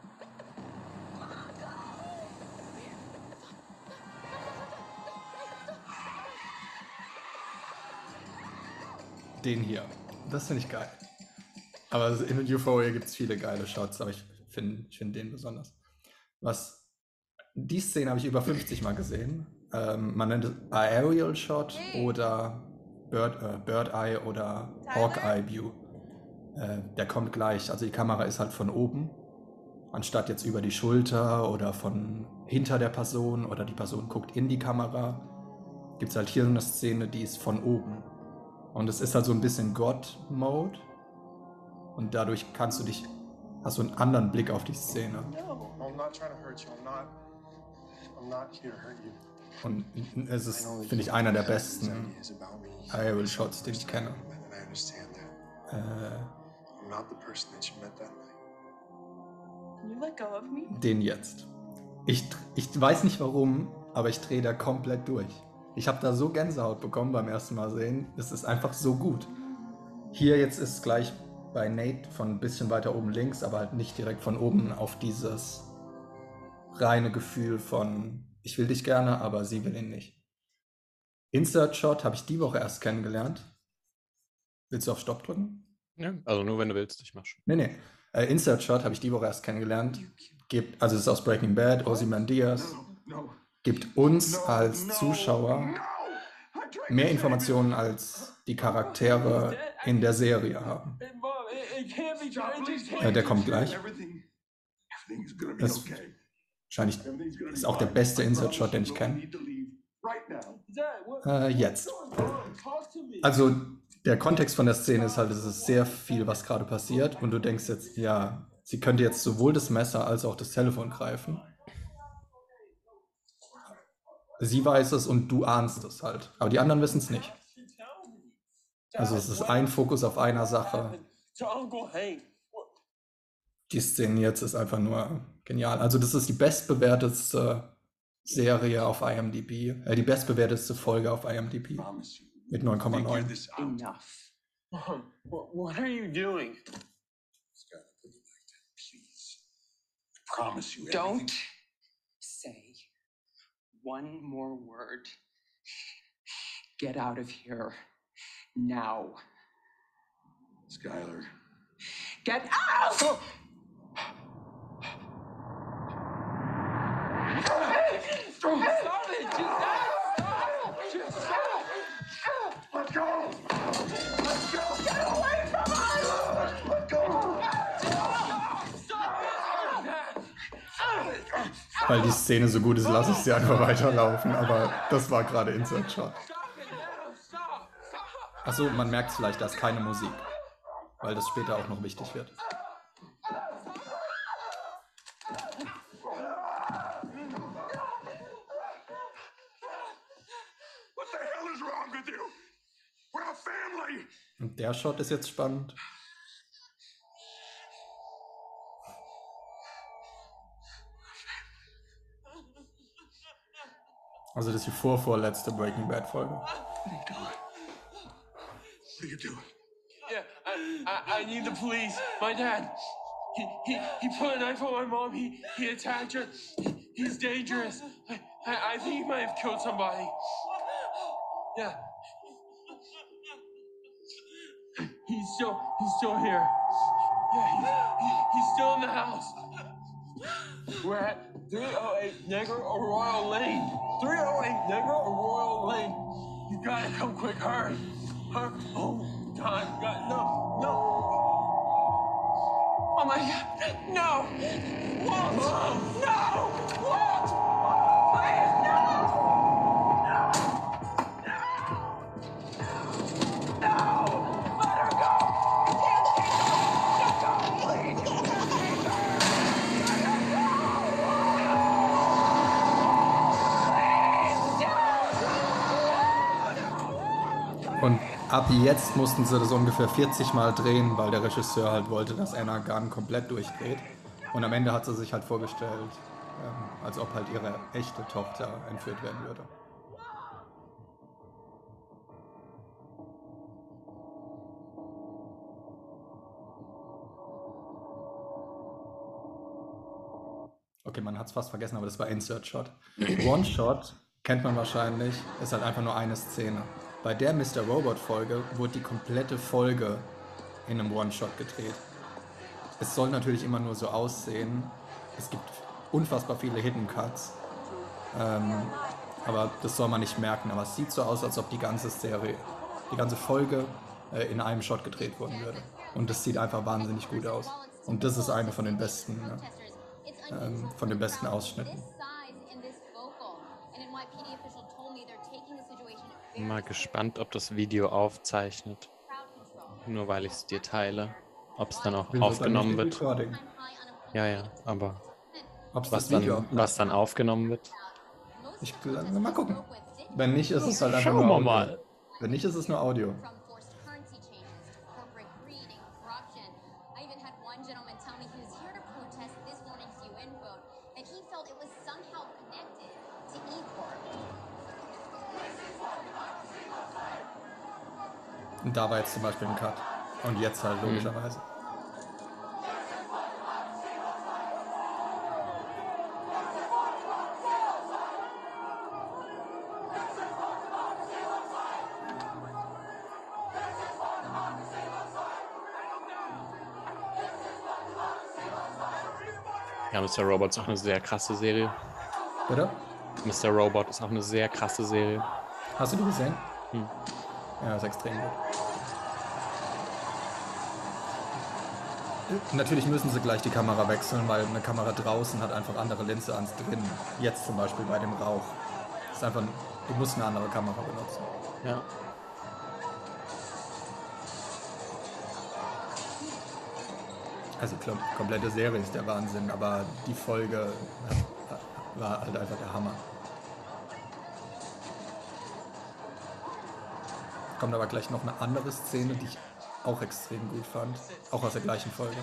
Den hier. Das finde ich geil. Aber in Euphoria gibt es viele geile Shots, aber ich finde ich find den besonders. Was, die Szene habe ich über fünfzig Mal gesehen. Ähm, man nennt es Aerial Shot oder Bird, äh, Bird Eye oder Hawk Eye View. Äh, der kommt gleich. Also die Kamera ist halt von oben, anstatt jetzt über die Schulter oder von hinter der Person oder die Person guckt in die Kamera. Gibt es halt hier eine Szene, die ist von oben. Und es ist halt so ein bisschen God-Mode. Und dadurch kannst du dich, hast du einen anderen Blick auf die Szene. Und es ist, finde ich, einer der besten Aerial Shots, den ich kenne. Äh, den jetzt. Ich, ich weiß nicht warum, aber ich drehe da komplett durch. Ich habe da so Gänsehaut bekommen beim ersten Mal sehen. Es ist einfach so gut. Hier jetzt ist gleich bei Nate von ein bisschen weiter oben links, aber halt nicht direkt von oben auf dieses reine Gefühl von ich will dich gerne, aber sie will ihn nicht. Insert Shot habe ich die Woche erst kennengelernt. Willst du auf Stopp drücken? Ja, also nur wenn du willst, ich mach schon. Nee, nee. Äh, Insert Shot habe ich die Woche erst kennengelernt. Gibt, also es ist aus Breaking Bad, Ozymandias. Gibt uns als Zuschauer mehr Informationen als die Charaktere in der Serie haben. Äh, der kommt gleich. Das Wahrscheinlich ist auch der beste Insert-Shot, den ich kenne. Äh, jetzt. Also der Kontext von der Szene ist halt, es ist sehr viel, was gerade passiert und du denkst jetzt, ja, sie könnte jetzt sowohl das Messer als auch das Telefon greifen. Sie weiß es und du ahnst es halt, aber die anderen wissen es nicht. Also es ist ein Fokus auf einer Sache. Die Szene jetzt ist einfach nur genial. Also das ist die bestbewertetste Serie auf I M D B, äh, die bestbewertetste Folge auf I M D B mit neun Komma neun. Enough. Mom, what, what are you doing? Please. I promise you Don't everything. say one more word. Get out of here now. Skylar. Get out! Stop it! Just stop! Just stop! Let go! Let go! Get away from us! Let go! Weil die Szene so gut ist, lasse ich sie einfach weiterlaufen, aber das war gerade Insert Shot. Achso, man merkt es vielleicht, da ist keine Musik, weil das später auch noch wichtig wird. What the hell is wrong with you? We're a family! Und der Shot ist jetzt spannend. Also das ist die vorvorletzte Breaking Bad Folge. What are you doing? Yeah, I, I, I need the police. My dad, he, he, he put a knife on my mom. He, he attacked her. He, he's dangerous. I, I, I think he might have killed somebody. Yeah. He's still, he's still here. Yeah, he's, he, he's still in the house. We're at three oh eight Negro Arroyo Lane. three oh eight Negro Arroyo Lane. You gotta come quick, hurry. Hurry. Oh, God, God, no, no. Oh my God, no. Walt, no. Walt, please, no. No. No. Let her go. Let her go, please. Und ab jetzt mussten sie das ungefähr vierzig Mal drehen, weil der Regisseur halt wollte, dass Anna Gunn komplett durchdreht. Und am Ende hat sie sich halt vorgestellt, ähm, als ob halt ihre echte Tochter entführt werden würde. Okay, man hat es fast vergessen, aber das war Insert Shot. One Shot kennt man wahrscheinlich, ist halt einfach nur eine Szene. Bei der Mister Robot-Folge wurde die komplette Folge in einem One-Shot gedreht. Es soll natürlich immer nur so aussehen. Es gibt unfassbar viele Hidden Cuts. Ähm, aber das soll man nicht merken. Aber es sieht so aus, als ob die ganze Serie, die ganze Folge äh, in einem Shot gedreht worden würde. Und das sieht einfach wahnsinnig gut aus. Und das ist eine von den besten, ja, ähm, von den besten Ausschnitten. Ich bin mal gespannt, ob das Video aufzeichnet. Nur weil ich es dir teile. Ob es dann auch Will das aufgenommen dann nicht wird. im Recording? Ja, ja, aber Ob's was das Video dann, aufnimmt? was dann aufgenommen wird. Ich glaub, mal gucken. Wenn nicht, ist es halt einfach Schauen nur wir Audio. mal. Wenn nicht, ist es nur Audio. Und da war jetzt zum Beispiel ein Cut. Und jetzt halt logischerweise. Ja, Mister Robot ist auch eine sehr krasse Serie. Bitte? Mister Robot ist auch eine sehr krasse Serie. Hast du die gesehen? Hm. Ja, ist extrem gut. Natürlich müssen sie gleich die Kamera wechseln, weil eine Kamera draußen hat einfach andere Linse als drin. Jetzt zum Beispiel bei dem Rauch. Das ist einfach, du musst eine andere Kamera benutzen. Ja. Also die komplette Serie ist der Wahnsinn, aber die Folge war halt einfach der Hammer. Kommt aber gleich noch eine andere Szene, die ich auch extrem gut fand. Auch aus der gleichen Folge.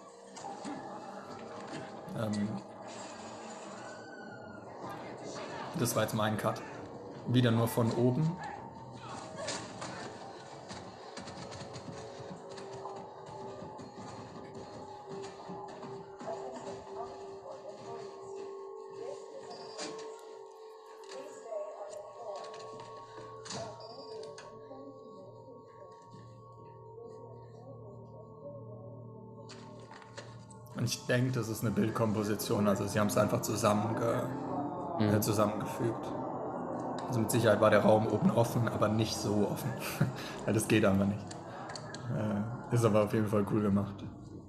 Ähm das war jetzt mein Cut. Wieder nur von oben. Und ich denke, das ist eine Bildkomposition, also sie haben es einfach zusammenge mhm. äh, zusammengefügt. Also mit Sicherheit war der Raum oben offen, aber nicht so offen. Ja, das geht einfach nicht. Äh, ist aber auf jeden Fall cool gemacht.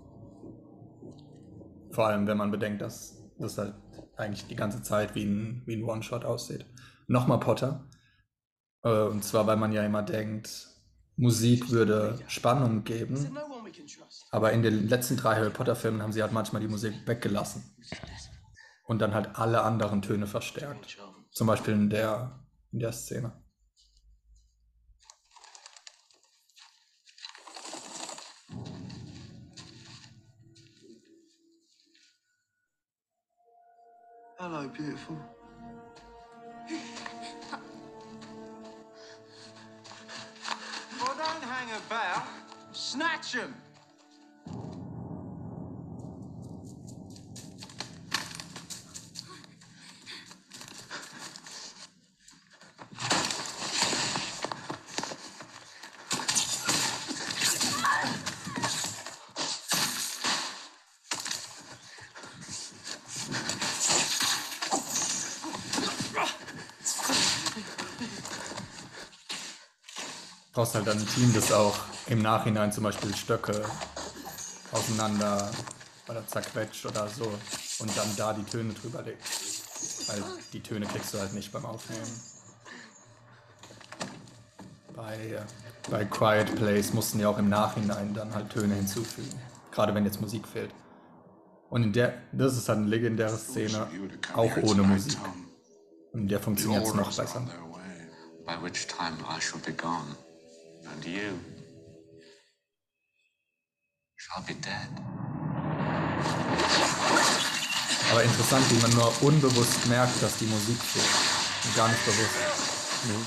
Vor allem, wenn man bedenkt, dass das halt eigentlich die ganze Zeit wie ein, wie ein One-Shot aussieht. Nochmal Potter. Äh, und zwar, weil man ja immer denkt, Musik würde Spannung geben. Aber in den letzten drei Harry Potter Filmen haben sie halt manchmal die Musik weggelassen. Und dann halt alle anderen Töne verstärkt. Zum Beispiel in der, in der Szene. Hello, beautiful. Well, don't hang about. Snatch him! Du brauchst halt dann ein Team, das auch im Nachhinein zum Beispiel Stöcke auseinander oder zerquetscht oder so und dann da die Töne drüber legt. Weil die Töne kriegst du halt nicht beim Aufnehmen. Bei, bei Quiet Place mussten ja auch im Nachhinein dann halt Töne hinzufügen. Gerade wenn jetzt Musik fehlt. Und in der, das ist halt eine legendäre Szene, auch ohne Musik. Und in der funktioniert es noch besser. By which time I shall be gone, and you shall be dead. Aber interessant, wie man nur unbewusst merkt, dass die Musik fehlt. Und gar nicht bewusst. Mhm.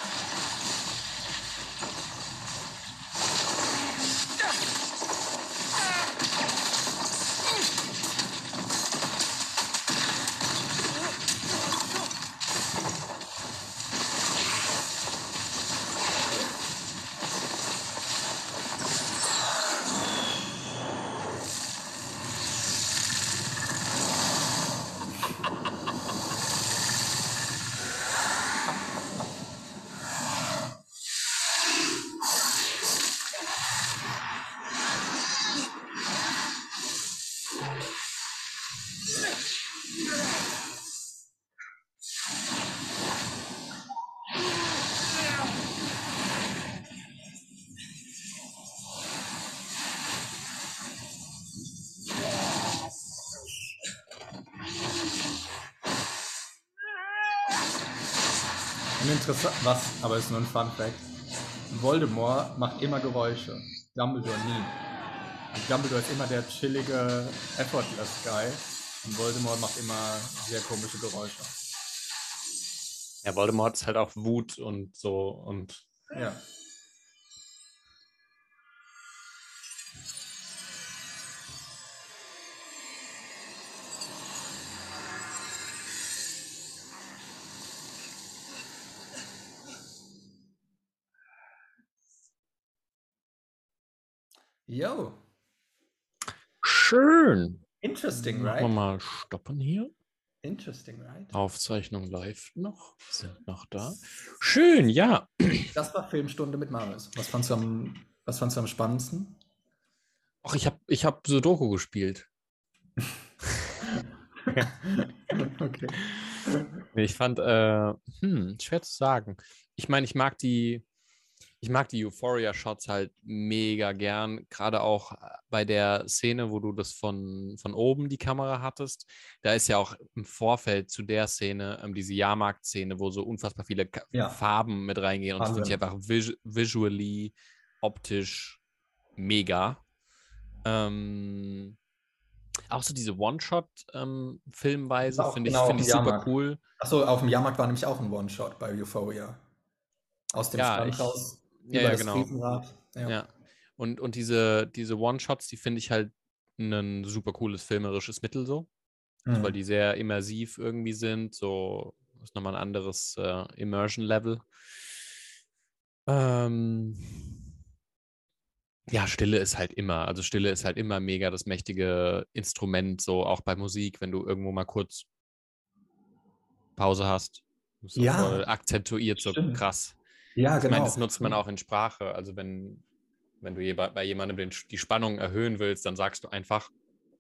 Interessant, was, aber ist nur ein Fun Fact. Voldemort macht immer Geräusche, Dumbledore nie. Und Dumbledore ist immer der chillige, effortless Guy und Voldemort macht immer sehr komische Geräusche. Ja, Voldemort ist halt auch Wut und so und... Ja. Yo. Schön. Interesting, right? Machen wir mal stoppen hier. Interesting, right? Aufzeichnung läuft noch. Sind noch da. Schön, ja. Das war Filmstunde mit Marius. Was fandst du am, was fandst du am spannendsten? Ach, ich habe ich hab Sudoku gespielt. Okay. Nee, ich fand, äh, hm, schwer zu sagen. Ich meine, ich mag die, ich mag die Euphoria-Shots halt mega gern. Gerade auch bei der Szene, wo du das von, von oben die Kamera hattest. Da ist ja auch im Vorfeld zu der Szene, ähm, diese Jahrmarkt-Szene, wo so unfassbar viele Ka- Ja. Farben mit reingehen. Und das finde ich Wahnsinn. einfach vis visually, optisch mega. Ähm, auch so diese One-Shot-Filmweise Auch finde ich, genau auf finde dem ich super Jahrmarkt. cool. Achso, auf dem Jahrmarkt war nämlich auch ein One-Shot bei Euphoria. Aus dem Ja, Strand ich, raus, ja, über ja, das genau. Riesenrad. Ja. Ja. Und, und diese, diese One-Shots, die finde ich halt ein super cooles filmerisches Mittel so. Also, weil Mhm. die sehr immersiv irgendwie sind. So ist nochmal ein anderes äh, Immersion-Level. Ähm, ja, Stille ist halt immer, also Stille ist halt immer mega das mächtige Instrument, so auch bei Musik, wenn du irgendwo mal kurz Pause hast. Das ist auch voll Ja, akzentuiert, so stimmt. krass. Ja, Ich meine, das genau. nutzt man auch in Sprache. Also wenn, wenn du je- bei jemandem den, die Spannung erhöhen willst, dann sagst du einfach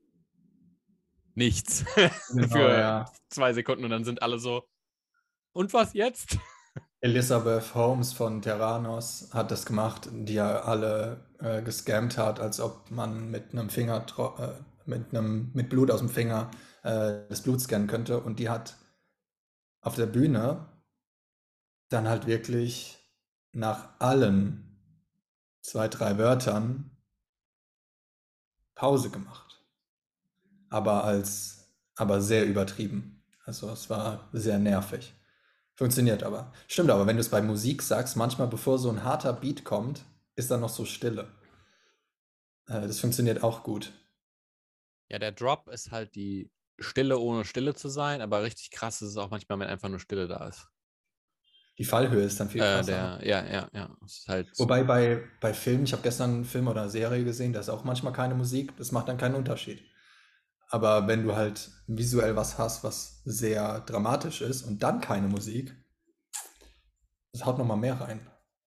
nichts Genau, für ja. zwei Sekunden und dann sind alle so, und was jetzt? Elizabeth Holmes von Terranos hat das gemacht, die ja alle äh, gescammt hat, als ob man mit einem Finger, tro- äh, mit einem, mit Blut aus dem Finger äh, das Blut scannen könnte. Und die hat auf der Bühne dann halt wirklich nach allen zwei, drei Wörtern Pause gemacht. Aber als, aber sehr übertrieben. Also es war sehr nervig. Funktioniert aber. Stimmt aber, wenn du es bei Musik sagst, manchmal bevor so ein harter Beat kommt, ist dann noch so Stille. Äh, das funktioniert auch gut. Ja, der Drop ist halt die Stille, ohne Stille zu sein, aber richtig krass ist es auch manchmal, wenn einfach nur Stille da ist. Die Fallhöhe ist dann viel Äh, krasser. der, ja, ja, ja. Es ist halt, Wobei bei, bei Filmen, ich habe gestern einen Film oder eine Serie gesehen, da ist auch manchmal keine Musik, das macht dann keinen Unterschied. Aber wenn du halt visuell was hast, was sehr dramatisch ist und dann keine Musik, das haut nochmal mehr rein.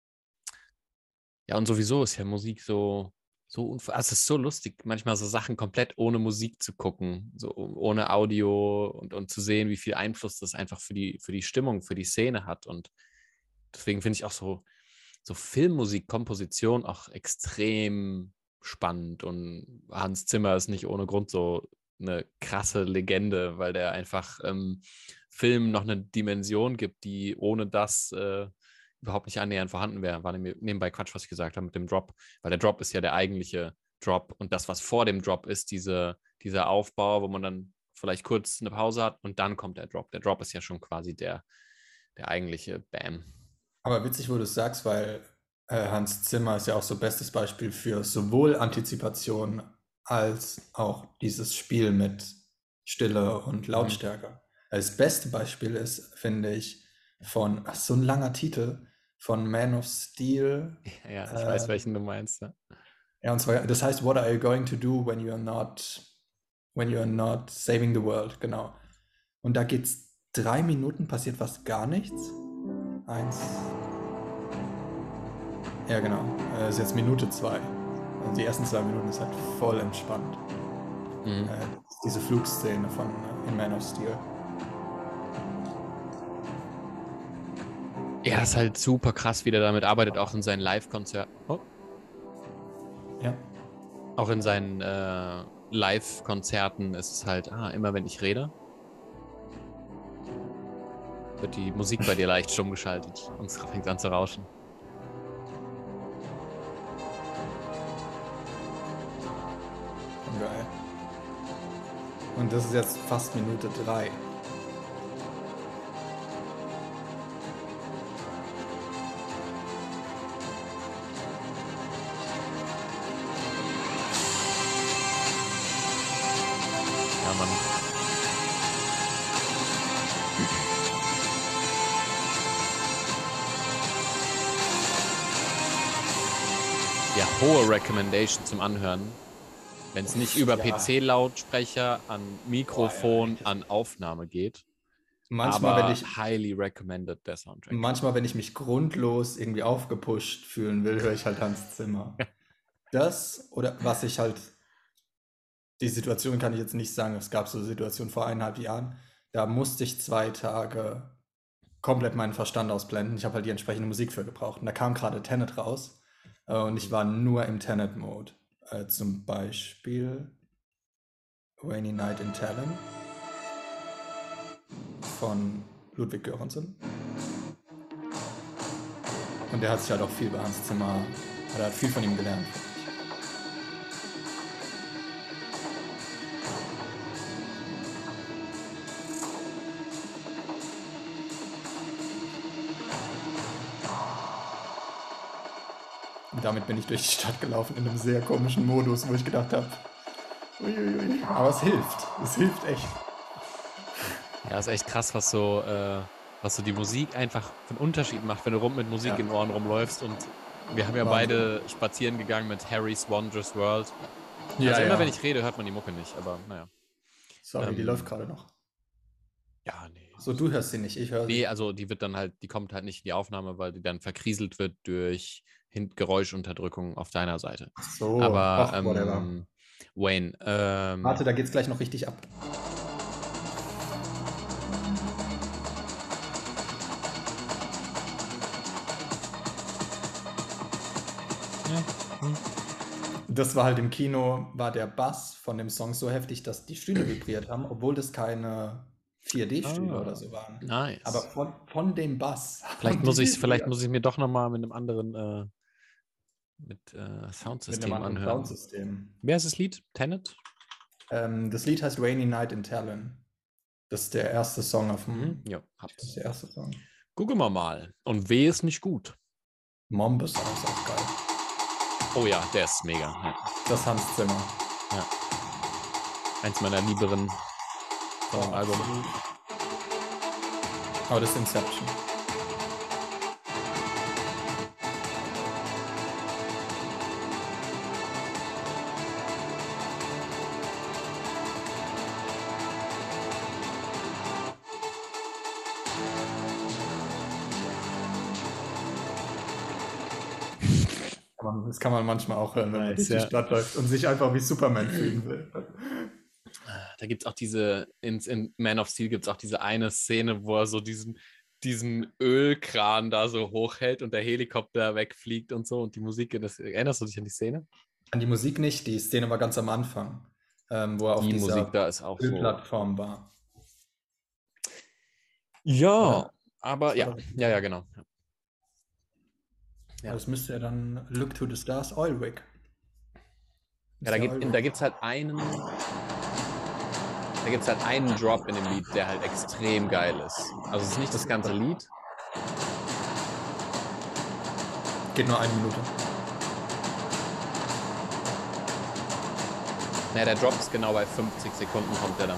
ja, und sowieso ist ja Musik so, so unver also es ist so lustig, manchmal so Sachen komplett ohne Musik zu gucken, so ohne Audio und, und zu sehen, wie viel Einfluss das einfach für die, für die Stimmung, für die Szene hat. Und deswegen finde ich auch so, so Filmmusik, Komposition auch extrem spannend. Und Hans Zimmer ist nicht ohne Grund so eine krasse Legende, weil der einfach ähm, Film noch eine Dimension gibt, die ohne das äh, überhaupt nicht annähernd vorhanden wäre. War nebenbei Quatsch, was ich gesagt habe mit dem Drop, weil der Drop ist ja der eigentliche Drop und das, was vor dem Drop ist, diese, dieser Aufbau, wo man dann vielleicht kurz eine Pause hat und dann kommt der Drop. Der Drop ist ja schon quasi der, der eigentliche Bam. Aber witzig, wo du es sagst, weil äh, Hans Zimmer ist ja auch so bestes Beispiel für sowohl Antizipation als auch dieses Spiel mit Stille und Lautstärke. Das beste Beispiel ist, finde ich, von, ach, so ein langer Titel, von Man of Steel. Ja, ich äh, weiß, welchen du meinst. Ja. Ja, und zwar, das heißt, What are you going to do when you're not, when you're not saving the world? Genau. Und da geht's drei Minuten, passiert fast gar nichts. Eins. Ja, genau. Äh, ist jetzt Minute zwei. Also die ersten zwei Minuten ist halt voll entspannt. Mhm. Äh, diese Flugszene von äh, in Man of Steel. Ja, das ist halt super krass, wie der damit arbeitet, auch in seinen Live-Konzerten. Oh. Ja. Auch in seinen äh, Live-Konzerten ist es halt, ah, immer wenn ich rede, wird die Musik bei dir leicht stumm geschaltet und es fängt an zu rauschen. Geil. Und das ist jetzt fast Minute drei. Ja, Mann. Ja, hohe Recommendation zum Anhören. Wenn es nicht über Ja. P C-Lautsprecher, an Mikrofon, Boah, ja, an Aufnahme geht. Manchmal, aber wenn ich, highly recommended, der Soundtrack. manchmal, wenn ich mich grundlos irgendwie aufgepusht fühlen will, höre ich halt Hans Zimmer. Das oder was ich halt, die Situation kann ich jetzt nicht sagen, es gab so eine Situation vor eineinhalb Jahren, da musste ich zwei Tage komplett meinen Verstand ausblenden. Ich habe halt die entsprechende Musik für gebraucht. Und da kam gerade Tenet raus äh, und ich war nur im Tenet-Mode. Äh, zum Beispiel Rainy Night in Talon von Ludwig Göransson. Und der hat sich halt auch viel bei Hans Zimmer, er hat viel von ihm gelernt. Und damit bin ich durch die Stadt gelaufen in einem sehr komischen Modus, wo ich gedacht habe, uiuiui. Aber es hilft. Es hilft echt. Ja, ist echt krass, was so, äh, was so die Musik einfach für einen Unterschied macht, wenn du rum mit Musik Ja. in den Ohren rumläufst. Und wir haben ja Wahnsinn. beide spazieren gegangen mit Harry's Wondrous World. Ja, also immer ja. wenn ich rede, hört man die Mucke nicht, aber naja. Sorry, die ähm, läuft gerade noch. Ja, nee. So, du hörst sie nicht, ich höre sie. Nee, also die wird dann halt, die kommt halt nicht in die Aufnahme, weil die dann verkrieselt wird durch Hin- Geräuschunterdrückung auf deiner Seite. So, Aber ach, whatever. ähm, Wayne, ähm, Warte, da geht's gleich noch richtig ab. Das war halt im Kino, war der Bass von dem Song so heftig, dass die Stühle vibriert haben, obwohl das keine vier D-Stühle Ah, oder so waren. nice. Aber von, von dem Bass. Vielleicht haben muss die ich vielleicht vibriert. muss ich mir doch nochmal mit einem anderen äh, mit äh, Mit Soundsystem einem anderen anhören. Soundsystem. Wer ist das Lied? Tenet? Ähm, das Lied heißt Rainy Night in Talon. Das ist der erste Song auf dem. Mhm. Ja, Das hab's. ist der erste Song. Gucken wir mal. Und weh ist nicht gut. Mombus ist auch geil. Oh ja, der ist mega. Ja. Das Hans Zimmer. Eins meiner lieberen Oh, vom Album. absolut. Aber das ist Inception. Kann man- Das kann man manchmal auch hören, wenn man Nice, durch die ja. Stadt läuft und sich einfach wie Superman fühlen will. Da gibt es auch diese, in, in Man of Steel gibt es auch diese eine Szene, wo er so diesen, diesen Ölkran da so hochhält und der Helikopter wegfliegt und so und die Musik, das, erinnerst du dich an die Szene? An die Musik nicht, die Szene war ganz am Anfang, ähm, wo er auf Die dieser Musik da ist auch so. Ölplattform war. Ja, Oder? aber Das ja, war doch- ja, ja, genau. Ja. Aber das müsste ja dann Look to the Stars Oil Rig. Ja, da gibt da gibt's halt einen, da gibt's halt einen Drop in dem Lied, der halt extrem geil ist. Also es ist nicht das ganze Lied. Geht nur eine Minute. Naja, der Drop ist genau bei fünfzig Sekunden kommt der dann.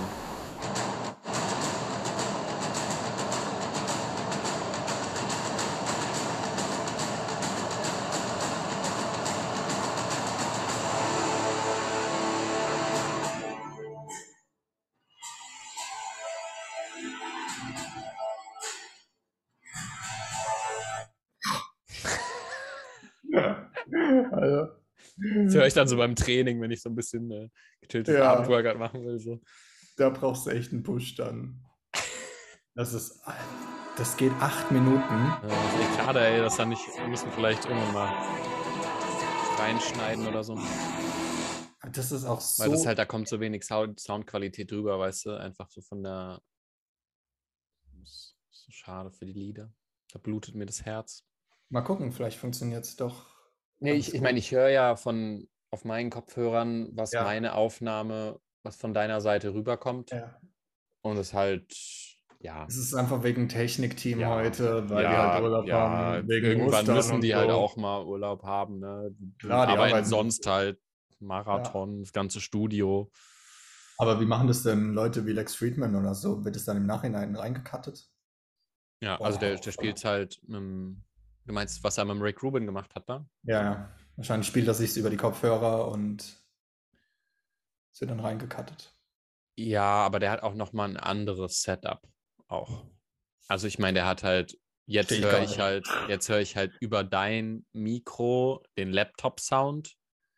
Also, Das höre ich dann so beim Training, wenn ich so ein bisschen äh, gechilltes Ja. Abendworkout machen will. So. da brauchst du echt einen Push dann. Das ist, das geht acht Minuten. Ja, das ist echt schade, ey, dass da nicht, wir müssen vielleicht irgendwann mal reinschneiden oder so. Das ist auch so. Weil das halt, da kommt so wenig Sound, Soundqualität drüber, weißt du, einfach so von der. Das ist so schade für die Lieder. Da blutet mir das Herz. Mal gucken, vielleicht funktioniert es doch. Nee, ganz ich, ich gut. meine, ich höre ja von auf meinen Kopfhörern, was Ja. meine Aufnahme, was von deiner Seite rüberkommt. Ja. Und es halt, ja. Es ist einfach wegen Technikteam Ja. heute, weil die ja, halt Urlaub ja, haben. Wegen irgendwann Ostern müssen die und halt so. auch mal Urlaub haben. Ne? Die Klar, die arbeiten arbeiten. sonst halt Marathon, das ganze Studio. Aber wie machen das denn Leute wie Lex Friedman oder so? Wird es dann im Nachhinein reingekattet? Ja, Boah. also der, der spielt halt, mit dem, du meinst, was er mit dem Rick Rubin gemacht hat, da? Ja, ja. Wahrscheinlich spielt er sich über die Kopfhörer und es wird dann reingekattet. Ja, aber der hat auch nochmal ein anderes Setup auch. Also ich meine, der hat halt, jetzt Verstehe ich höre gar ich nicht. halt, jetzt höre ich halt über dein Mikro den Laptop-Sound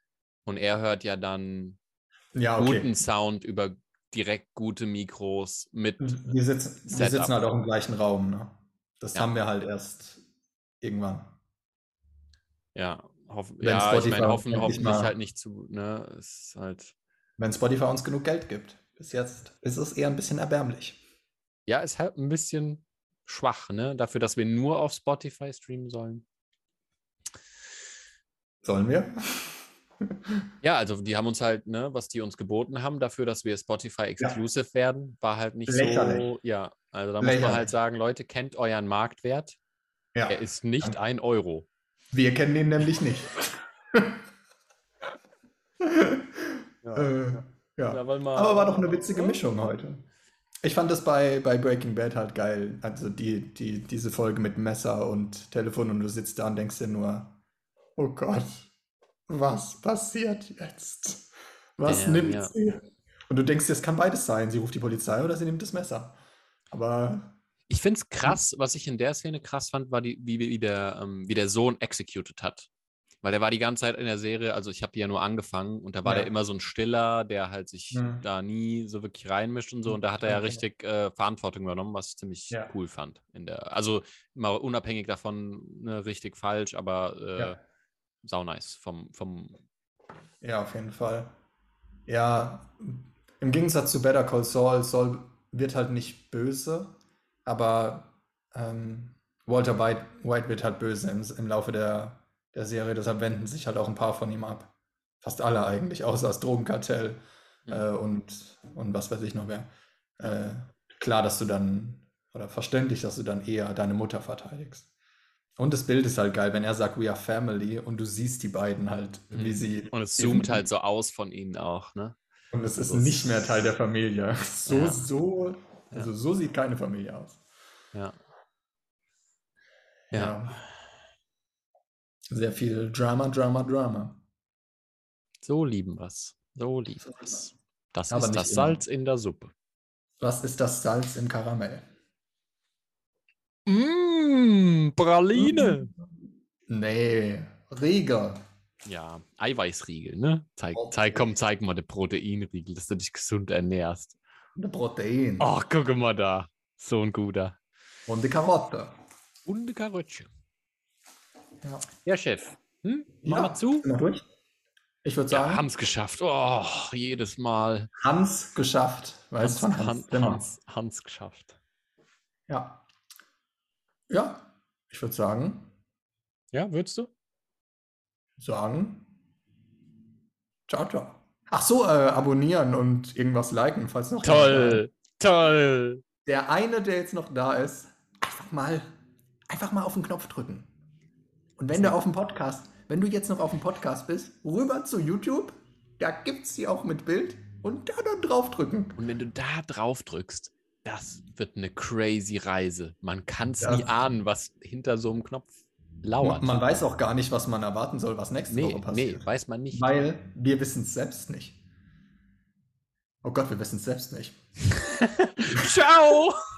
Und er hört ja dann Ja, okay. guten Sound über direkt gute Mikros mit Wir sitzen, wir Setup. sitzen halt auch im gleichen Raum, ne? Das Ja. haben wir halt erst irgendwann. Ja, hoff, Wenn ja ich Spotify meine, hoffen, endlich hoffentlich mal- halt nicht zu, ne, es ist halt, Wenn Spotify uns genug Geld gibt. Bis jetzt ist es eher ein bisschen erbärmlich. ja, ist halt ein bisschen schwach, ne, dafür, dass wir nur auf Spotify streamen sollen. Sollen wir? Ja, also die haben uns halt, ne, was die uns geboten haben, dafür, dass wir Spotify exclusive werden, war halt nicht Lächerlich. so, ja, also da muss man Lächerlich. halt sagen, Leute, kennt euren Marktwert, Ja. er ist nicht ein Euro. Wir kennen ihn nämlich nicht. Ja, äh, ja. Ja, weil mal- Aber war doch eine witzige Mischung heute. Ich fand das bei, bei Breaking Bad halt geil. Also die, die, diese Folge mit Messer und Telefon und du sitzt da und denkst dir nur, oh Gott, was passiert jetzt? Was Ja, nimmt ja. sie? Und du denkst dir, es kann beides sein. Sie ruft die Polizei oder sie nimmt das Messer. Aber Ich finde es krass, was ich in der Szene krass fand, war, die, wie, wie, der, ähm, wie der Sohn executed hat. Weil der war die ganze Zeit in der Serie, also ich habe die ja nur angefangen und da war Ja. der immer so ein Stiller, der halt sich Mhm. da nie so wirklich reinmischt und so. Und da hat er ja Okay. richtig äh, Verantwortung übernommen, was ich ziemlich Ja. cool fand. In der, also mal unabhängig davon, ne, richtig falsch, aber äh, Ja. sau nice vom, vom ja, auf jeden Fall. Ja, im Gegensatz zu Better Call Saul, Saul wird halt nicht böse, aber ähm, Walter White, White wird halt böse im, im Laufe der, der Serie, deshalb wenden sich halt auch ein paar von ihm ab. Fast alle eigentlich, außer das Drogenkartell Mhm. äh, und, und was weiß ich noch wer. Äh, klar, dass du dann, oder verständlich, dass du dann eher deine Mutter verteidigst. Und das Bild ist halt geil, wenn er sagt, we are family und du siehst die beiden halt, wie sie. und es zoomt halt so aus von ihnen auch, ne? Und es ist Also es- nicht mehr Teil der Familie. So, Ja. so, also so sieht keine Familie aus. Ja. Ja. Ja. Sehr viel Drama, Drama, Drama. So lieben wir's. So lieben wir's. Das Aber ist nicht das immer. Salz in der Suppe. Was ist das Salz im Karamell? Mmh, Praline. Nee, Riegel. Ja, Eiweißriegel, ne? Zeig, zeig, komm, zeig mal den Proteinriegel, dass du dich gesund ernährst. Und Protein. Ach, guck mal da. So ein guter. Und die Karotte. Und eine Karöttchen. Ja. Ja, Chef. Hm? Mach Ja, mal zu. sind wir durch? Ich würde sagen, Ja, haben's geschafft. Oh, jedes Mal. Hans geschafft. Weißt du, Hans, von Hans Hans, Zimmer. Hans, Hans geschafft. Ja. Ja, ich würde sagen, Ja, würdest du? sagen, ciao, ciao. Ach so, äh, abonnieren und irgendwas liken, falls noch jemand da ist. Toll, toll. Der eine, der jetzt noch da ist, einfach mal, einfach mal auf den Knopf drücken. Und wenn du auf dem Podcast, wenn du jetzt noch auf dem Podcast bist, rüber zu YouTube, da gibt's die auch mit Bild und da dann drauf drücken. Und wenn du da drauf drückst, das wird eine crazy Reise. Man kann es Das- nie ahnen, was hinter so einem Knopf Man, lauert. man weiß auch gar nicht, was man erwarten soll, was nächste nee, Woche passiert. nee, weiß man nicht. Weil wir wissen es selbst nicht. Oh Gott, wir wissen es selbst nicht. Ciao!